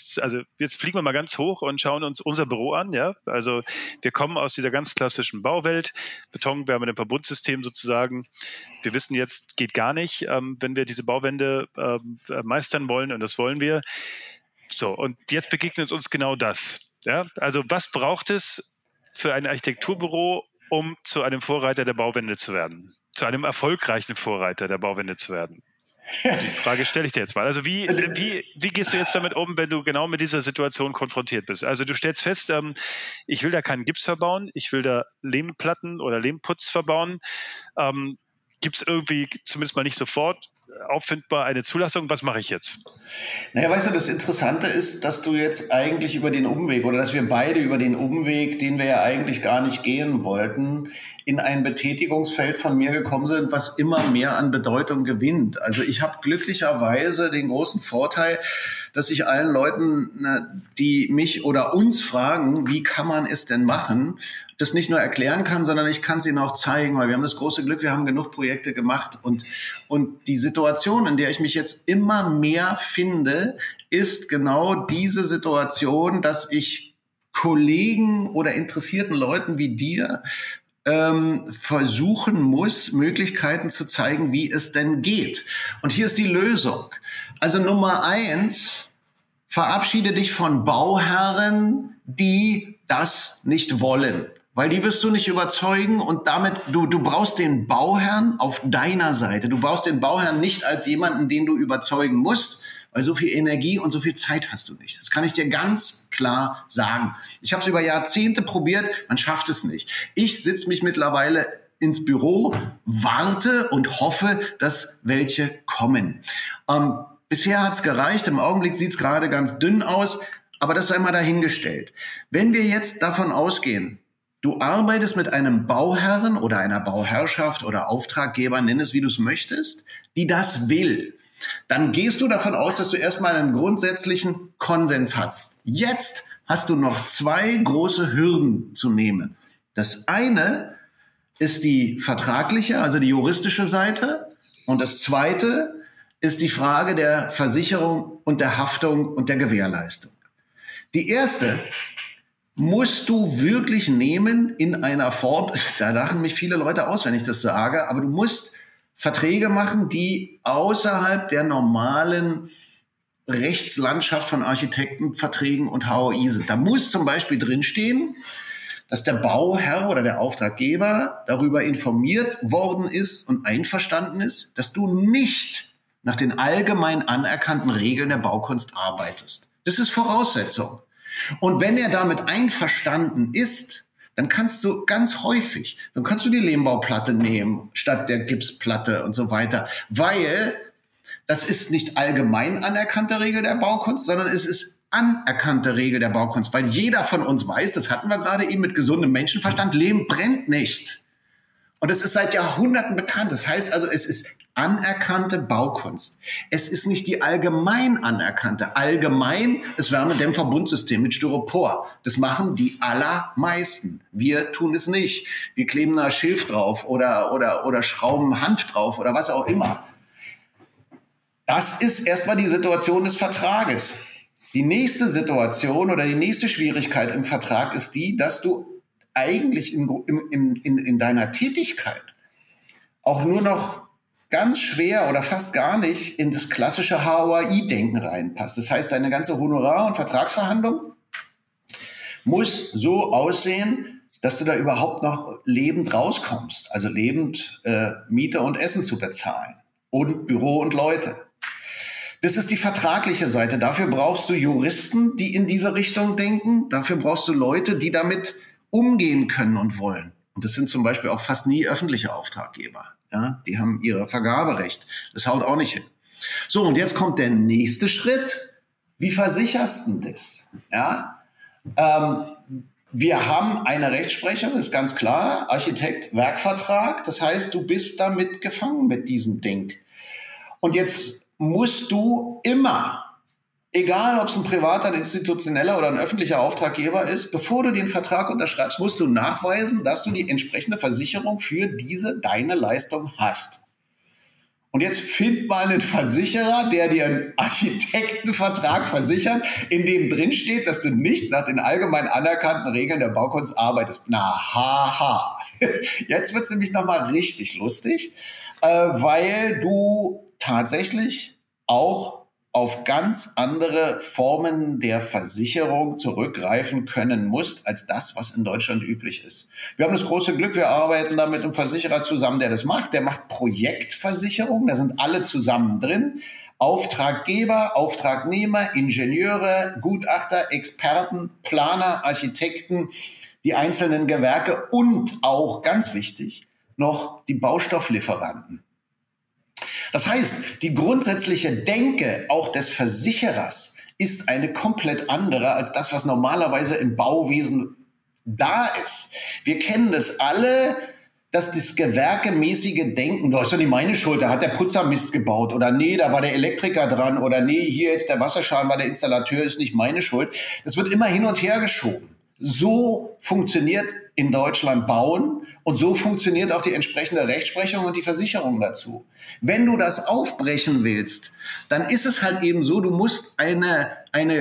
jetzt fliegen wir mal ganz hoch und schauen uns unser Büro an, ja? Also wir kommen aus dieser ganz klassischen Bauwelt, Beton, wir haben ein Verbundsystem sozusagen. Wir wissen jetzt, geht gar nicht, wenn wir diese Bauwände meistern wollen, und das wollen wir. So, und jetzt begegnet uns genau das. Ja? Also was braucht es für ein Architekturbüro, um zu einem Vorreiter der Bauwende zu werden? Zu einem erfolgreichen Vorreiter der Bauwende zu werden? Die Frage stelle ich dir jetzt mal. Also wie gehst du jetzt damit um, wenn du genau mit dieser Situation konfrontiert bist? Also du stellst fest, ich will da keinen Gips verbauen, ich will da Lehmplatten oder Lehmputz verbauen. Gibt es irgendwie, zumindest mal nicht sofort, auffindbar eine Zulassung? Was mache ich jetzt? Naja, weißt du, das Interessante ist, dass du jetzt eigentlich über den Umweg oder dass wir beide über den Umweg, den wir ja eigentlich gar nicht gehen wollten, in ein Betätigungsfeld von mir gekommen sind, was immer mehr an Bedeutung gewinnt. Also ich habe glücklicherweise den großen Vorteil, dass ich allen Leuten, die mich oder uns fragen, wie kann man es denn machen, das nicht nur erklären kann, sondern ich kann es ihnen auch zeigen, weil wir haben das große Glück, wir haben genug Projekte gemacht und die Situation, in der ich mich jetzt immer mehr finde, ist genau diese Situation, dass ich Kollegen oder interessierten Leuten wie dir versuchen muss, Möglichkeiten zu zeigen, wie es denn geht. Und hier ist die Lösung. Also Nummer 1, verabschiede dich von Bauherren, die das nicht wollen. Weil die wirst du nicht überzeugen und damit, du brauchst den Bauherrn auf deiner Seite. Du brauchst den Bauherrn nicht als jemanden, den du überzeugen musst, weil so viel Energie und so viel Zeit hast du nicht. Das kann ich dir ganz klar sagen. Ich habe es über Jahrzehnte probiert, man schafft es nicht. Ich sitze mich mittlerweile ins Büro, warte und hoffe, dass welche kommen. Bisher hat es gereicht, im Augenblick sieht es gerade ganz dünn aus, aber das sei mal dahingestellt. Wenn wir jetzt davon ausgehen, du arbeitest mit einem Bauherren oder einer Bauherrschaft oder Auftraggeber, nenn es wie du es möchtest, die das will, dann gehst du davon aus, dass du erstmal einen grundsätzlichen Konsens hast. Jetzt hast du noch 2 große Hürden zu nehmen. Das eine ist die vertragliche, also die juristische Seite, und das zweite ist die Frage der Versicherung und der Haftung und der Gewährleistung. Die erste musst du wirklich nehmen in einer Form, da lachen mich viele Leute aus, wenn ich das sage, aber du musst Verträge machen, die außerhalb der normalen Rechtslandschaft von Architektenverträgen und HOI sind. Da muss zum Beispiel drinstehen, dass der Bauherr oder der Auftraggeber darüber informiert worden ist und einverstanden ist, dass du nicht nach den allgemein anerkannten Regeln der Baukunst arbeitest. Das ist Voraussetzung. Und wenn er damit einverstanden ist, dann kannst du ganz häufig, dann kannst du die Lehmbauplatte nehmen statt der Gipsplatte und so weiter, weil das ist nicht allgemein anerkannte Regel der Baukunst, sondern es ist anerkannte Regel der Baukunst, weil jeder von uns weiß, das hatten wir gerade eben mit gesundem Menschenverstand, Lehm brennt nicht. Und es ist seit Jahrhunderten bekannt. Das heißt also, es ist anerkannte Baukunst. Es ist nicht die allgemein anerkannte. Allgemein das Wärmedämmverbundsystem mit Styropor. Das machen die allermeisten. Wir tun es nicht. Wir kleben da Schilf drauf oder schrauben Hanf drauf oder was auch immer. Das ist erstmal die Situation des Vertrages. Die nächste Situation oder die nächste Schwierigkeit im Vertrag ist die, dass du eigentlich in deiner Tätigkeit auch nur noch ganz schwer oder fast gar nicht in das klassische HOI-Denken reinpasst. Das heißt, deine ganze Honorar- und Vertragsverhandlung muss so aussehen, dass du da überhaupt noch lebend rauskommst. Also lebend Miete und Essen zu bezahlen und Büro und Leute. Das ist die vertragliche Seite. Dafür brauchst du Juristen, die in diese Richtung denken. Dafür brauchst du Leute, die damit umgehen können und wollen. Und das sind zum Beispiel auch fast nie öffentliche Auftraggeber. Ja, die haben ihr Vergaberecht. Das haut auch nicht hin. So, und jetzt kommt der nächste Schritt. Wie versicherst du das? Ja, wir haben eine Rechtsprechung, ist ganz klar. Architekt-Werkvertrag. Das heißt, du bist damit gefangen mit diesem Ding. Und jetzt musst du immer, egal ob es ein privater, ein institutioneller oder ein öffentlicher Auftraggeber ist, bevor du den Vertrag unterschreibst, musst du nachweisen, dass du die entsprechende Versicherung für deine Leistung hast. Und jetzt find mal einen Versicherer, der dir einen Architektenvertrag versichert, in dem drin steht, dass du nicht nach den allgemein anerkannten Regeln der Baukunst arbeitest. Na, haha. Jetzt wird es nämlich nochmal richtig lustig, weil du tatsächlich auch auf ganz andere Formen der Versicherung zurückgreifen können musst, als das, was in Deutschland üblich ist. Wir haben das große Glück, wir arbeiten da mit einem Versicherer zusammen, der das macht. Der macht Projektversicherung, da sind alle zusammen drin. Auftraggeber, Auftragnehmer, Ingenieure, Gutachter, Experten, Planer, Architekten, die einzelnen Gewerke und auch, ganz wichtig, noch die Baustofflieferanten. Das heißt, die grundsätzliche Denke auch des Versicherers ist eine komplett andere als das, was normalerweise im Bauwesen da ist. Wir kennen das alle, dass das gewerkemäßige Denken, das ist doch nicht meine Schuld, da hat der Putzer Mist gebaut oder nee, da war der Elektriker dran oder nee, hier jetzt der Wasserschaden war der Installateur, ist nicht meine Schuld. Das wird immer hin und her geschoben. So funktioniert in Deutschland Bauen und so funktioniert auch die entsprechende Rechtsprechung und die Versicherung dazu. Wenn du das aufbrechen willst, dann ist es halt eben so, du musst eine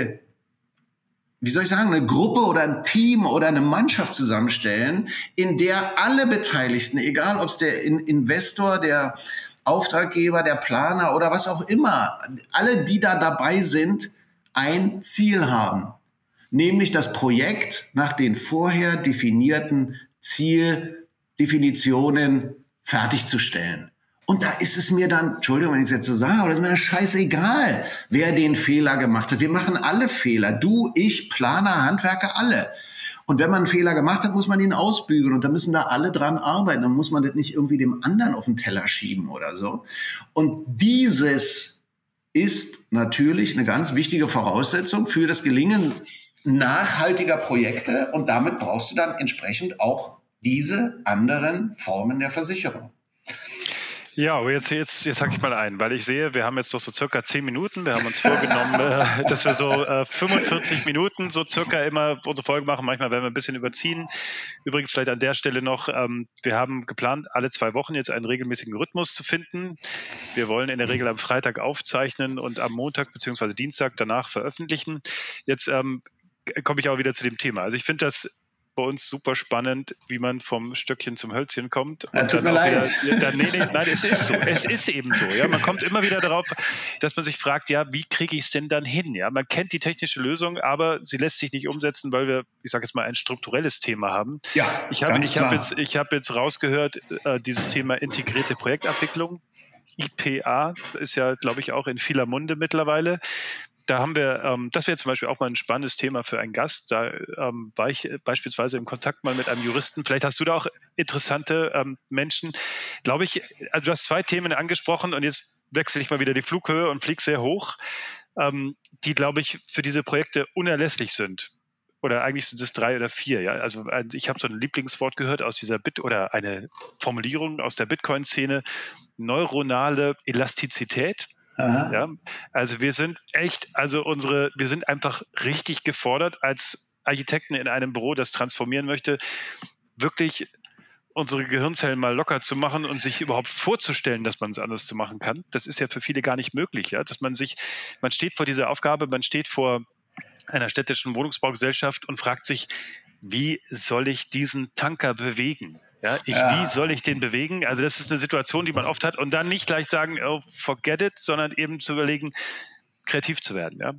Gruppe oder ein Team oder eine Mannschaft zusammenstellen, in der alle Beteiligten, egal ob es der Investor, der Auftraggeber, der Planer oder was auch immer, alle, die da dabei sind, ein Ziel haben. Nämlich das Projekt nach den vorher definierten Zieldefinitionen fertigzustellen. Und da ist es mir dann, Entschuldigung, wenn ich es jetzt so sage, aber das ist mir dann scheißegal, wer den Fehler gemacht hat. Wir machen alle Fehler. Du, ich, Planer, Handwerker, alle. Und wenn man einen Fehler gemacht hat, muss man ihn ausbügeln. Und da müssen da alle dran arbeiten. Dann muss man das nicht irgendwie dem anderen auf den Teller schieben oder so. Und dieses ist natürlich eine ganz wichtige Voraussetzung für das Gelingen nachhaltiger Projekte. Und damit brauchst du dann entsprechend auch diese anderen Formen der Versicherung. Ja, aber jetzt hake ich mal ein, weil ich sehe, wir haben jetzt doch so circa 10 Minuten. Wir haben uns vorgenommen, dass wir so 45 Minuten so circa immer unsere Folge machen. Manchmal werden wir ein bisschen überziehen. Übrigens vielleicht an der Stelle noch, wir haben geplant, alle 2 Wochen jetzt einen regelmäßigen Rhythmus zu finden. Wir wollen in der Regel am Freitag aufzeichnen und am Montag bzw. Dienstag danach veröffentlichen. Jetzt komme ich auch wieder zu dem Thema. Also ich finde das bei uns super spannend, wie man vom Stöckchen zum Hölzchen kommt. Und tut mir leid. Nein, es ist so. Es ist eben so. Ja, man kommt immer wieder darauf, dass man sich fragt, ja, wie kriege ich es denn dann hin? Ja, man kennt die technische Lösung, aber sie lässt sich nicht umsetzen, weil wir, ich sage jetzt mal, ein strukturelles Thema haben. Ja, ich habe jetzt rausgehört, dieses Thema integrierte Projektabwicklung. IPA ist ja, glaube ich, auch in vieler Munde mittlerweile. Da haben wir, das wäre zum Beispiel auch mal ein spannendes Thema für einen Gast. Da war ich beispielsweise im Kontakt mal mit einem Juristen. Vielleicht hast du da auch interessante Menschen. Glaube ich, also du hast 2 Themen angesprochen und jetzt wechsle ich mal wieder die Flughöhe und fliege sehr hoch, die, glaube ich, für diese Projekte unerlässlich sind. Oder eigentlich sind es 3 oder 4. Ja? Also ich habe so ein Lieblingswort gehört aus dieser oder eine Formulierung aus der Bitcoin-Szene: neuronale Elastizität. Ja, also wir sind wir sind einfach richtig gefordert als Architekten in einem Büro, das transformieren möchte, wirklich unsere Gehirnzellen mal locker zu machen und sich überhaupt vorzustellen, dass man es anders zu machen kann. Das ist ja für viele gar nicht möglich, ja, dass man steht vor dieser Aufgabe, man steht vor einer städtischen Wohnungsbaugesellschaft und fragt sich, wie soll ich diesen Tanker bewegen? Wie soll ich den bewegen? Also das ist eine Situation, die man oft hat und dann nicht gleich sagen, oh, forget it, sondern eben zu überlegen, kreativ zu werden. Ja?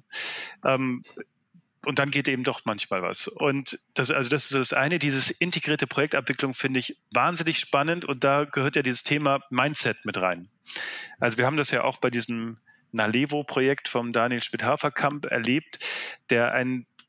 Und dann geht eben doch manchmal was. Und das ist so das eine, dieses integrierte Projektabwicklung finde ich wahnsinnig spannend und da gehört ja dieses Thema Mindset mit rein. Also wir haben das ja auch bei diesem Nalevo-Projekt vom Daniel Schmidt-Haferkamp erlebt, der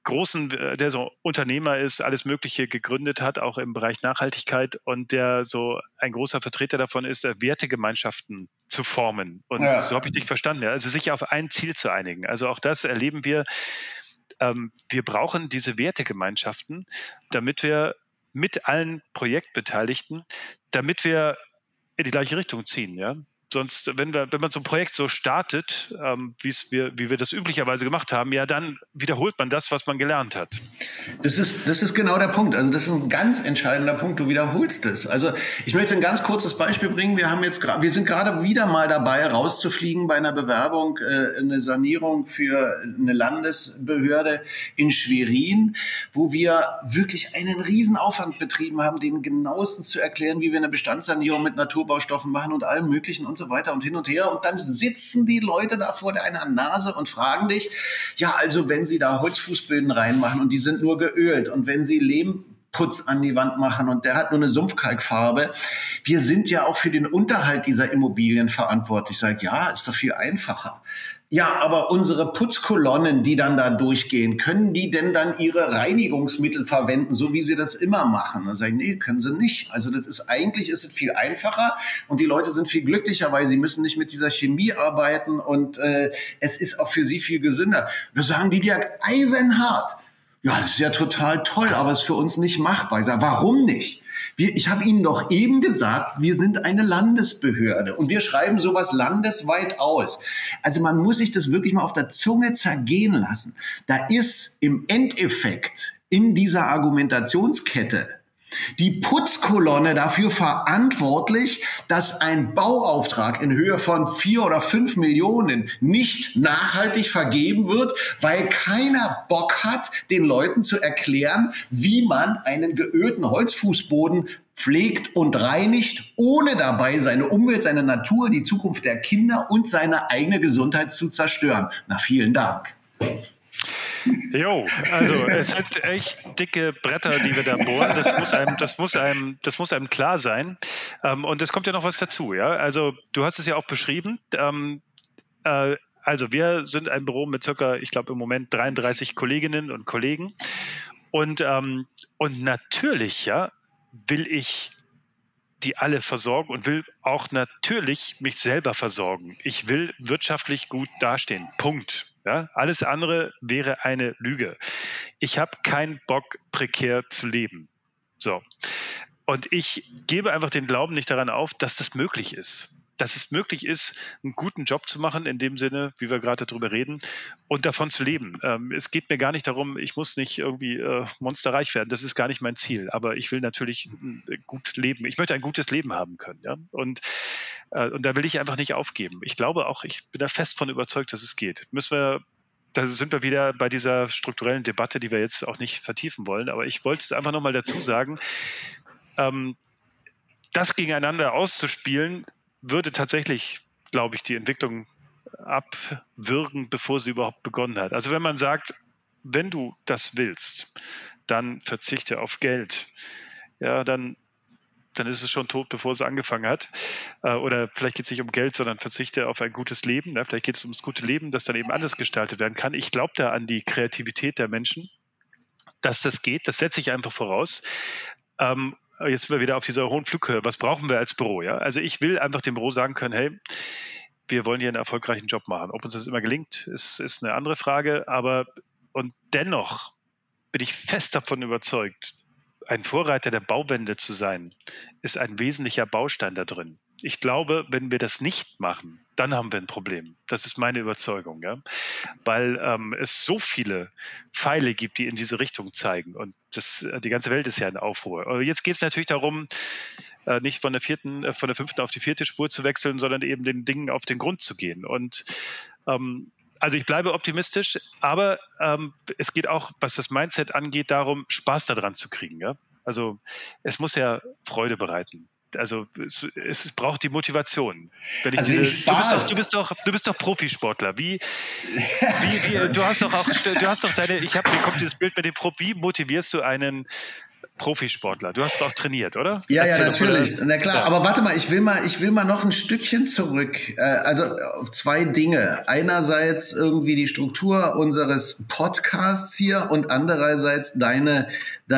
so Unternehmer ist, alles Mögliche gegründet hat, auch im Bereich Nachhaltigkeit und der so ein großer Vertreter davon ist, Wertegemeinschaften zu formen. Und so habe ich dich verstanden, ja? Also sich auf ein Ziel zu einigen. Also auch das erleben wir. Wir brauchen diese Wertegemeinschaften, damit wir mit allen Projektbeteiligten, damit wir in die gleiche Richtung ziehen, ja. Sonst, wenn man so ein Projekt so startet, wie wir das üblicherweise gemacht haben, ja, dann wiederholt man das, was man gelernt hat. Das ist genau der Punkt. Also das ist ein ganz entscheidender Punkt. Du wiederholst es. Also ich möchte ein ganz kurzes Beispiel bringen. Wir sind gerade wieder mal dabei, rauszufliegen bei einer Bewerbung, eine Sanierung für eine Landesbehörde in Schwerin, wo wir wirklich einen Riesenaufwand betrieben haben, denen genauestens zu erklären, wie wir eine Bestandssanierung mit Naturbaustoffen machen und allem Möglichen und so so weiter und hin und her. Und dann sitzen die Leute da vor deiner Nase und fragen dich, ja, also wenn sie da Holzfußböden reinmachen und die sind nur geölt und wenn sie Lehmputz an die Wand machen und der hat nur eine Sumpfkalkfarbe. Wir sind ja auch für den Unterhalt dieser Immobilien verantwortlich. Sag, ja, ist doch viel einfacher. Ja, aber unsere Putzkolonnen, die dann da durchgehen, können die denn dann ihre Reinigungsmittel verwenden, so wie sie das immer machen? Dann sage ich, nee, können sie nicht. Also eigentlich ist es viel einfacher und die Leute sind viel glücklicher, weil sie müssen nicht mit dieser Chemie arbeiten und es ist auch für sie viel gesünder. Da sagen die dir eisenhart. Ja, das ist ja total toll, aber ist für uns nicht machbar. Ich sage, warum nicht? Ich habe Ihnen doch eben gesagt, wir sind eine Landesbehörde und wir schreiben sowas landesweit aus. Also man muss sich das wirklich mal auf der Zunge zergehen lassen. Da ist im Endeffekt in dieser Argumentationskette die Putzkolonne dafür verantwortlich, dass ein Bauauftrag in Höhe von 4 oder 5 Millionen nicht nachhaltig vergeben wird, weil keiner Bock hat, den Leuten zu erklären, wie man einen geölten Holzfußboden pflegt und reinigt, ohne dabei seine Umwelt, seine Natur, die Zukunft der Kinder und seine eigene Gesundheit zu zerstören. Na, vielen Dank. Jo, also es sind echt dicke Bretter, die wir da bohren. Das muss einem klar sein. Und es kommt ja noch was dazu, ja. Also du hast es ja auch beschrieben. Also wir sind ein Büro mit circa, ich glaube im Moment 33 Kolleginnen und Kollegen. Und natürlich, ja, will ich die alle versorgen und will auch natürlich mich selber versorgen. Ich will wirtschaftlich gut dastehen. Punkt. Ja, alles andere wäre eine Lüge. Ich habe keinen Bock, prekär zu leben. So. Und ich gebe einfach den Glauben nicht daran auf, dass das möglich ist. Dass es möglich ist, einen guten Job zu machen, in dem Sinne, wie wir gerade darüber reden, und davon zu leben. Es geht mir gar nicht darum, ich muss nicht irgendwie monsterreich werden. Das ist gar nicht mein Ziel. Aber ich will natürlich gut leben. Ich möchte ein gutes Leben haben können. Ja? Und da will ich einfach nicht aufgeben. Ich glaube auch, ich bin da fest von überzeugt, dass es geht. Da sind wir wieder bei dieser strukturellen Debatte, die wir jetzt auch nicht vertiefen wollen. Aber ich wollte es einfach nochmal dazu sagen, das gegeneinander auszuspielen, würde tatsächlich, glaube ich, die Entwicklung abwürgen, bevor sie überhaupt begonnen hat. Also wenn man sagt, wenn du das willst, dann verzichte auf Geld, ja, dann ist es schon tot, bevor es angefangen hat. Oder vielleicht geht es nicht um Geld, sondern verzichte auf ein gutes Leben. Ja, vielleicht geht es ums gute Leben, das dann eben anders gestaltet werden kann. Ich glaube da an die Kreativität der Menschen, dass das geht. Das setze ich einfach voraus. Jetzt sind wir wieder auf dieser hohen Flughöhe. Was brauchen wir als Büro? Ja? Also ich will einfach dem Büro sagen können, hey, wir wollen hier einen erfolgreichen Job machen. Ob uns das immer gelingt, ist eine andere Frage. Und dennoch bin ich fest davon überzeugt, ein Vorreiter der Bauwende zu sein, ist ein wesentlicher Baustein da drin. Ich glaube, wenn wir das nicht machen, dann haben wir ein Problem. Das ist meine Überzeugung, ja? Weil es so viele Pfeile gibt, die in diese Richtung zeigen. Und die ganze Welt ist ja in Aufruhr. Aber jetzt geht es natürlich darum, nicht von der 5. auf die 4. Spur zu wechseln, sondern eben den Dingen auf den Grund zu gehen. Und also ich bleibe optimistisch, aber es geht auch, was das Mindset angeht, darum, Spaß daran zu kriegen. Ja? Also es muss ja Freude bereiten. Also es braucht die Motivation. Du bist doch Profisportler. Du hast doch deine, mir kommt dieses Bild mit dem Profi. Wie motivierst du einen Profisportler? Du hast doch auch trainiert, oder? Ja, natürlich. Na klar, ja. Aber warte mal, ich will mal noch ein Stückchen zurück. Also auf 2 Dinge. Einerseits irgendwie die Struktur unseres Podcasts hier und andererseits deine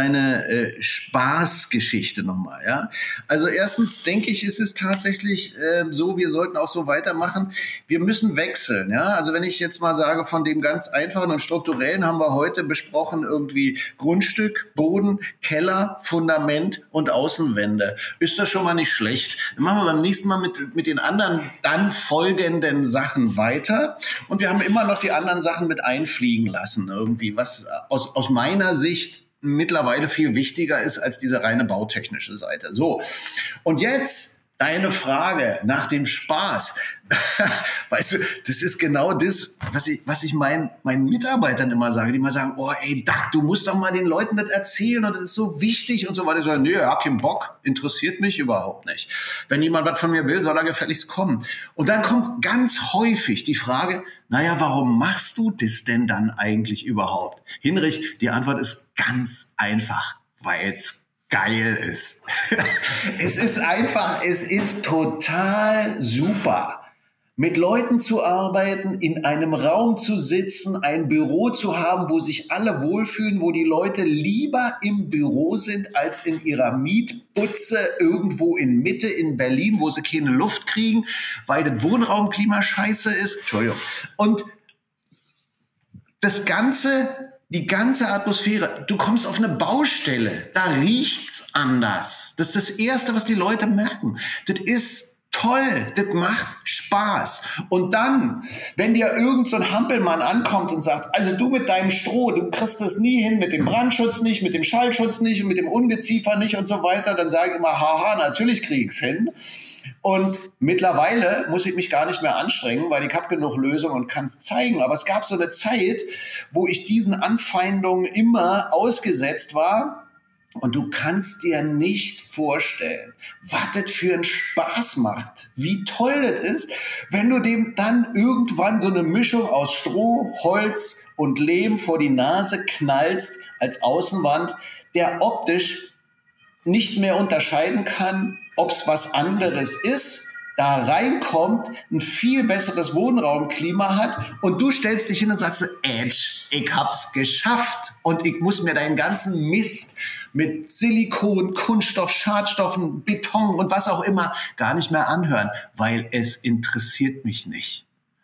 Spaßgeschichte nochmal. Ja? Also erstens denke ich, ist es tatsächlich so, wir sollten auch so weitermachen. Wir müssen wechseln. Ja? Also wenn ich jetzt mal sage, von dem ganz einfachen und strukturellen haben wir heute besprochen, irgendwie Grundstück, Boden, Keller, Fundament und Außenwände. Ist das schon mal nicht schlecht? Dann machen wir beim nächsten Mal mit den anderen dann folgenden Sachen weiter. Und wir haben immer noch die anderen Sachen mit einfliegen lassen irgendwie, was aus meiner Sicht mittlerweile viel wichtiger ist als diese reine bautechnische Seite. So, und jetzt deine Frage nach dem Spaß, weißt du, das ist genau das, was ich meinen Mitarbeitern immer sage, die immer sagen, oh ey, Doug, du musst doch mal den Leuten das erzählen und das ist so wichtig und so weiter. Ich sage, nee, ich hab keinen Bock, interessiert mich überhaupt nicht. Wenn jemand was von mir will, soll er gefälligst kommen. Und dann kommt ganz häufig die Frage, naja, warum machst du das denn dann eigentlich überhaupt? Hinrich, die Antwort ist ganz einfach, weil es geil ist. Es ist total super, mit Leuten zu arbeiten, in einem Raum zu sitzen, ein Büro zu haben, wo sich alle wohlfühlen, wo die Leute lieber im Büro sind, als in ihrer Mietbutze irgendwo in Mitte in Berlin, wo sie keine Luft kriegen, weil das Wohnraumklima scheiße ist. Entschuldigung. Und die ganze Atmosphäre, du kommst auf eine Baustelle, da riecht's anders. Das ist das Erste, was die Leute merken. Das ist toll, das macht Spaß. Und dann, wenn dir irgend so ein Hampelmann ankommt und sagt, also du mit deinem Stroh, du kriegst das nie hin, mit dem Brandschutz nicht, mit dem Schallschutz nicht und mit dem Ungeziefer nicht und so weiter, dann sage ich immer, haha, natürlich krieg ich's hin. Und mittlerweile muss ich mich gar nicht mehr anstrengen, weil ich habe genug Lösungen und kann es zeigen. Aber es gab so eine Zeit, wo ich diesen Anfeindungen immer ausgesetzt war. Und du kannst dir nicht vorstellen, was das für einen Spaß macht, wie toll das ist, wenn du dem dann irgendwann so eine Mischung aus Stroh, Holz und Lehm vor die Nase knallst als Außenwand, der optisch nicht mehr unterscheiden kann, ob es was anderes ist, da reinkommt, ein viel besseres Wohnraumklima hat und du stellst dich hin und sagst, Edge, ich hab's geschafft und ich muss mir deinen ganzen Mist mit Silikon, Kunststoff, Schadstoffen, Beton und was auch immer gar nicht mehr anhören, weil es interessiert mich nicht.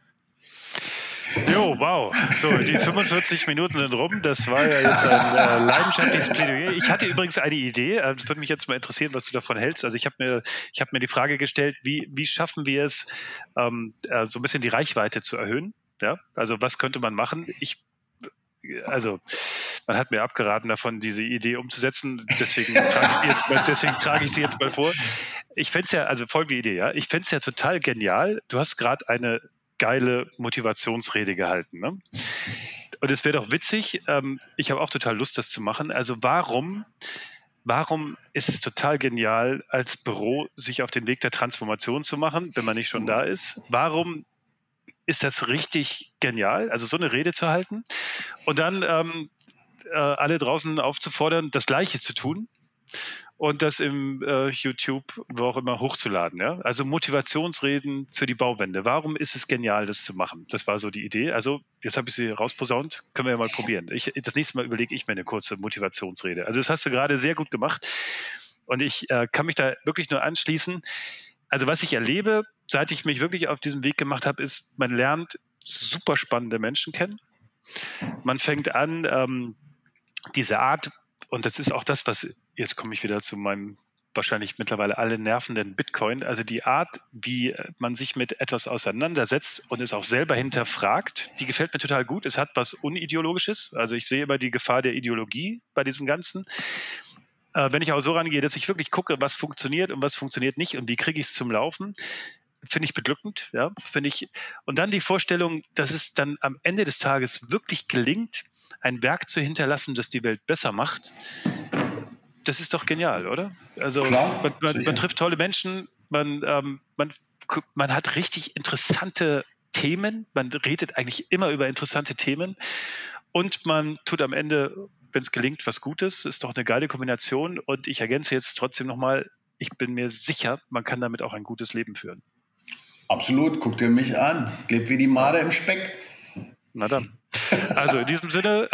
Jo, wow. So, die 45 Minuten sind rum. Das war ja jetzt ein leidenschaftliches Plädoyer. Ich hatte übrigens eine Idee. Das würde mich jetzt mal interessieren, was du davon hältst. Also ich habe mir die Frage gestellt, wie schaffen wir es, so ein bisschen die Reichweite zu erhöhen? Ja, also was könnte man machen? Also man hat mir abgeraten davon, diese Idee umzusetzen. Deswegen trage ich sie jetzt mal vor. Ich fände es ja, also folgende Idee, ja. Ich fände es ja total genial. Du hast gerade eine geile Motivationsrede gehalten, ne? Und es wäre doch witzig, ich habe auch total Lust, das zu machen. Also warum ist es total genial, als Büro sich auf den Weg der Transformation zu machen, wenn man nicht schon da ist? Warum ist das richtig genial, also so eine Rede zu halten und dann alle draußen aufzufordern, das Gleiche zu tun und das im YouTube, wo auch immer, hochzuladen. Ja? Also Motivationsreden für die Bauwende. Warum ist es genial, das zu machen? Das war so die Idee. Also jetzt habe ich sie rausposaunt, können wir ja mal probieren. Das nächste Mal überlege ich mir eine kurze Motivationsrede. Also das hast du gerade sehr gut gemacht und ich kann mich da wirklich nur anschließen. Also was ich erlebe, seit ich mich wirklich auf diesem Weg gemacht habe, ist, man lernt super spannende Menschen kennen. Man fängt an, diese Art, und das ist auch das, was, jetzt komme ich wieder zu meinem wahrscheinlich mittlerweile alle nervenden Bitcoin, also die Art, wie man sich mit etwas auseinandersetzt und es auch selber hinterfragt, die gefällt mir total gut. Es hat was Unideologisches, also ich sehe immer die Gefahr der Ideologie bei diesem Ganzen. Wenn ich auch so rangehe, dass ich wirklich gucke, was funktioniert und was funktioniert nicht und wie kriege ich es zum Laufen, finde ich beglückend, ja, finde ich. Und dann die Vorstellung, dass es dann am Ende des Tages wirklich gelingt, ein Werk zu hinterlassen, das die Welt besser macht. Das ist doch genial, oder? Also Klar, man trifft tolle Menschen, man hat richtig interessante Themen, man redet eigentlich immer über interessante Themen und man tut am Ende, wenn es gelingt, was Gutes, ist doch eine geile Kombination. Und ich ergänze jetzt trotzdem nochmal, ich bin mir sicher, man kann damit auch ein gutes Leben führen. Absolut, guck dir mich an. Lebt wie die Made im Speck. Na dann. Also in diesem Sinne,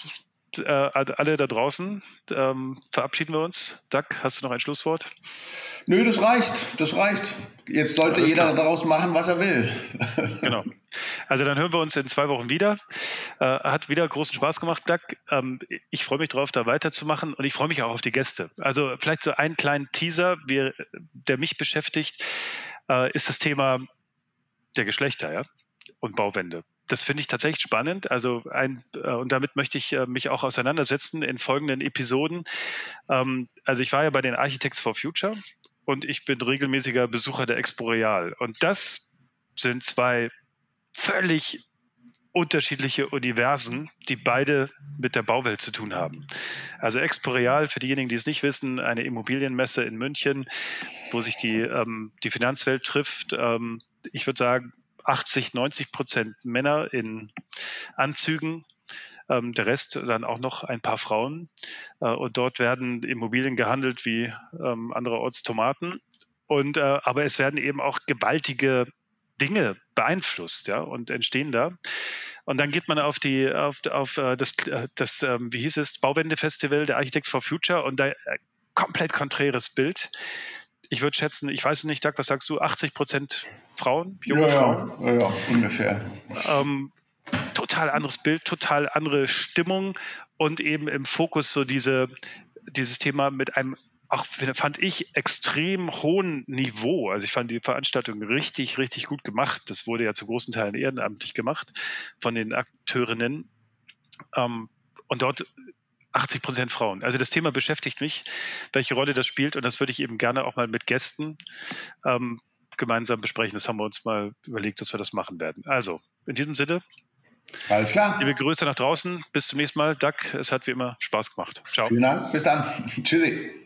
alle da draußen, verabschieden wir uns. Doug, hast du noch ein Schlusswort? Nö, das reicht. Das reicht. Jetzt sollte Alles jeder klar. daraus machen, was er will. Genau. Also dann hören wir uns in 2 Wochen wieder. Hat wieder großen Spaß gemacht, Doug. Ich freue mich drauf, da weiterzumachen und ich freue mich auch auf die Gäste. Also vielleicht so einen kleinen Teaser, der mich beschäftigt, ist das Thema der Geschlechter, ja, und Bauwende. Das finde ich tatsächlich spannend. Also und damit möchte ich mich auch auseinandersetzen in folgenden Episoden. Also ich war ja bei den Architects for Future und ich bin regelmäßiger Besucher der Expo Real. Und das sind zwei völlig unterschiedliche Universen, die beide mit der Bauwelt zu tun haben. Also Expo Real, für diejenigen, die es nicht wissen, eine Immobilienmesse in München, wo sich die Finanzwelt trifft. Ich würde sagen, 80-90% Männer in Anzügen, der Rest dann auch noch ein paar Frauen. Und dort werden Immobilien gehandelt wie andererorts Tomaten. Aber es werden eben auch gewaltige Dinge beeinflusst, ja, und entstehen da. Und dann geht man auf das wie hieß es, Bauwende-Festival der Architects for Future und da komplett konträres Bild. Ich würde schätzen, ich weiß nicht, Doug, was sagst du, 80% Frauen, junge Frauen? Ja, ungefähr. Total anderes Bild, total andere Stimmung und eben im Fokus so dieses Thema mit einem, auch fand ich, extrem hohen Niveau. Also ich fand die Veranstaltung richtig, richtig gut gemacht. Das wurde ja zu großen Teilen ehrenamtlich gemacht von den Akteurinnen. Und dort 80% Frauen. Also das Thema beschäftigt mich, welche Rolle das spielt und das würde ich eben gerne auch mal mit Gästen gemeinsam besprechen. Das haben wir uns mal überlegt, dass wir das machen werden. Also, in diesem Sinne, alles klar. liebe Grüße nach draußen. Bis zum nächsten Mal. Doug, es hat wie immer Spaß gemacht. Ciao. Vielen Dank. Bis dann. Tschüssi.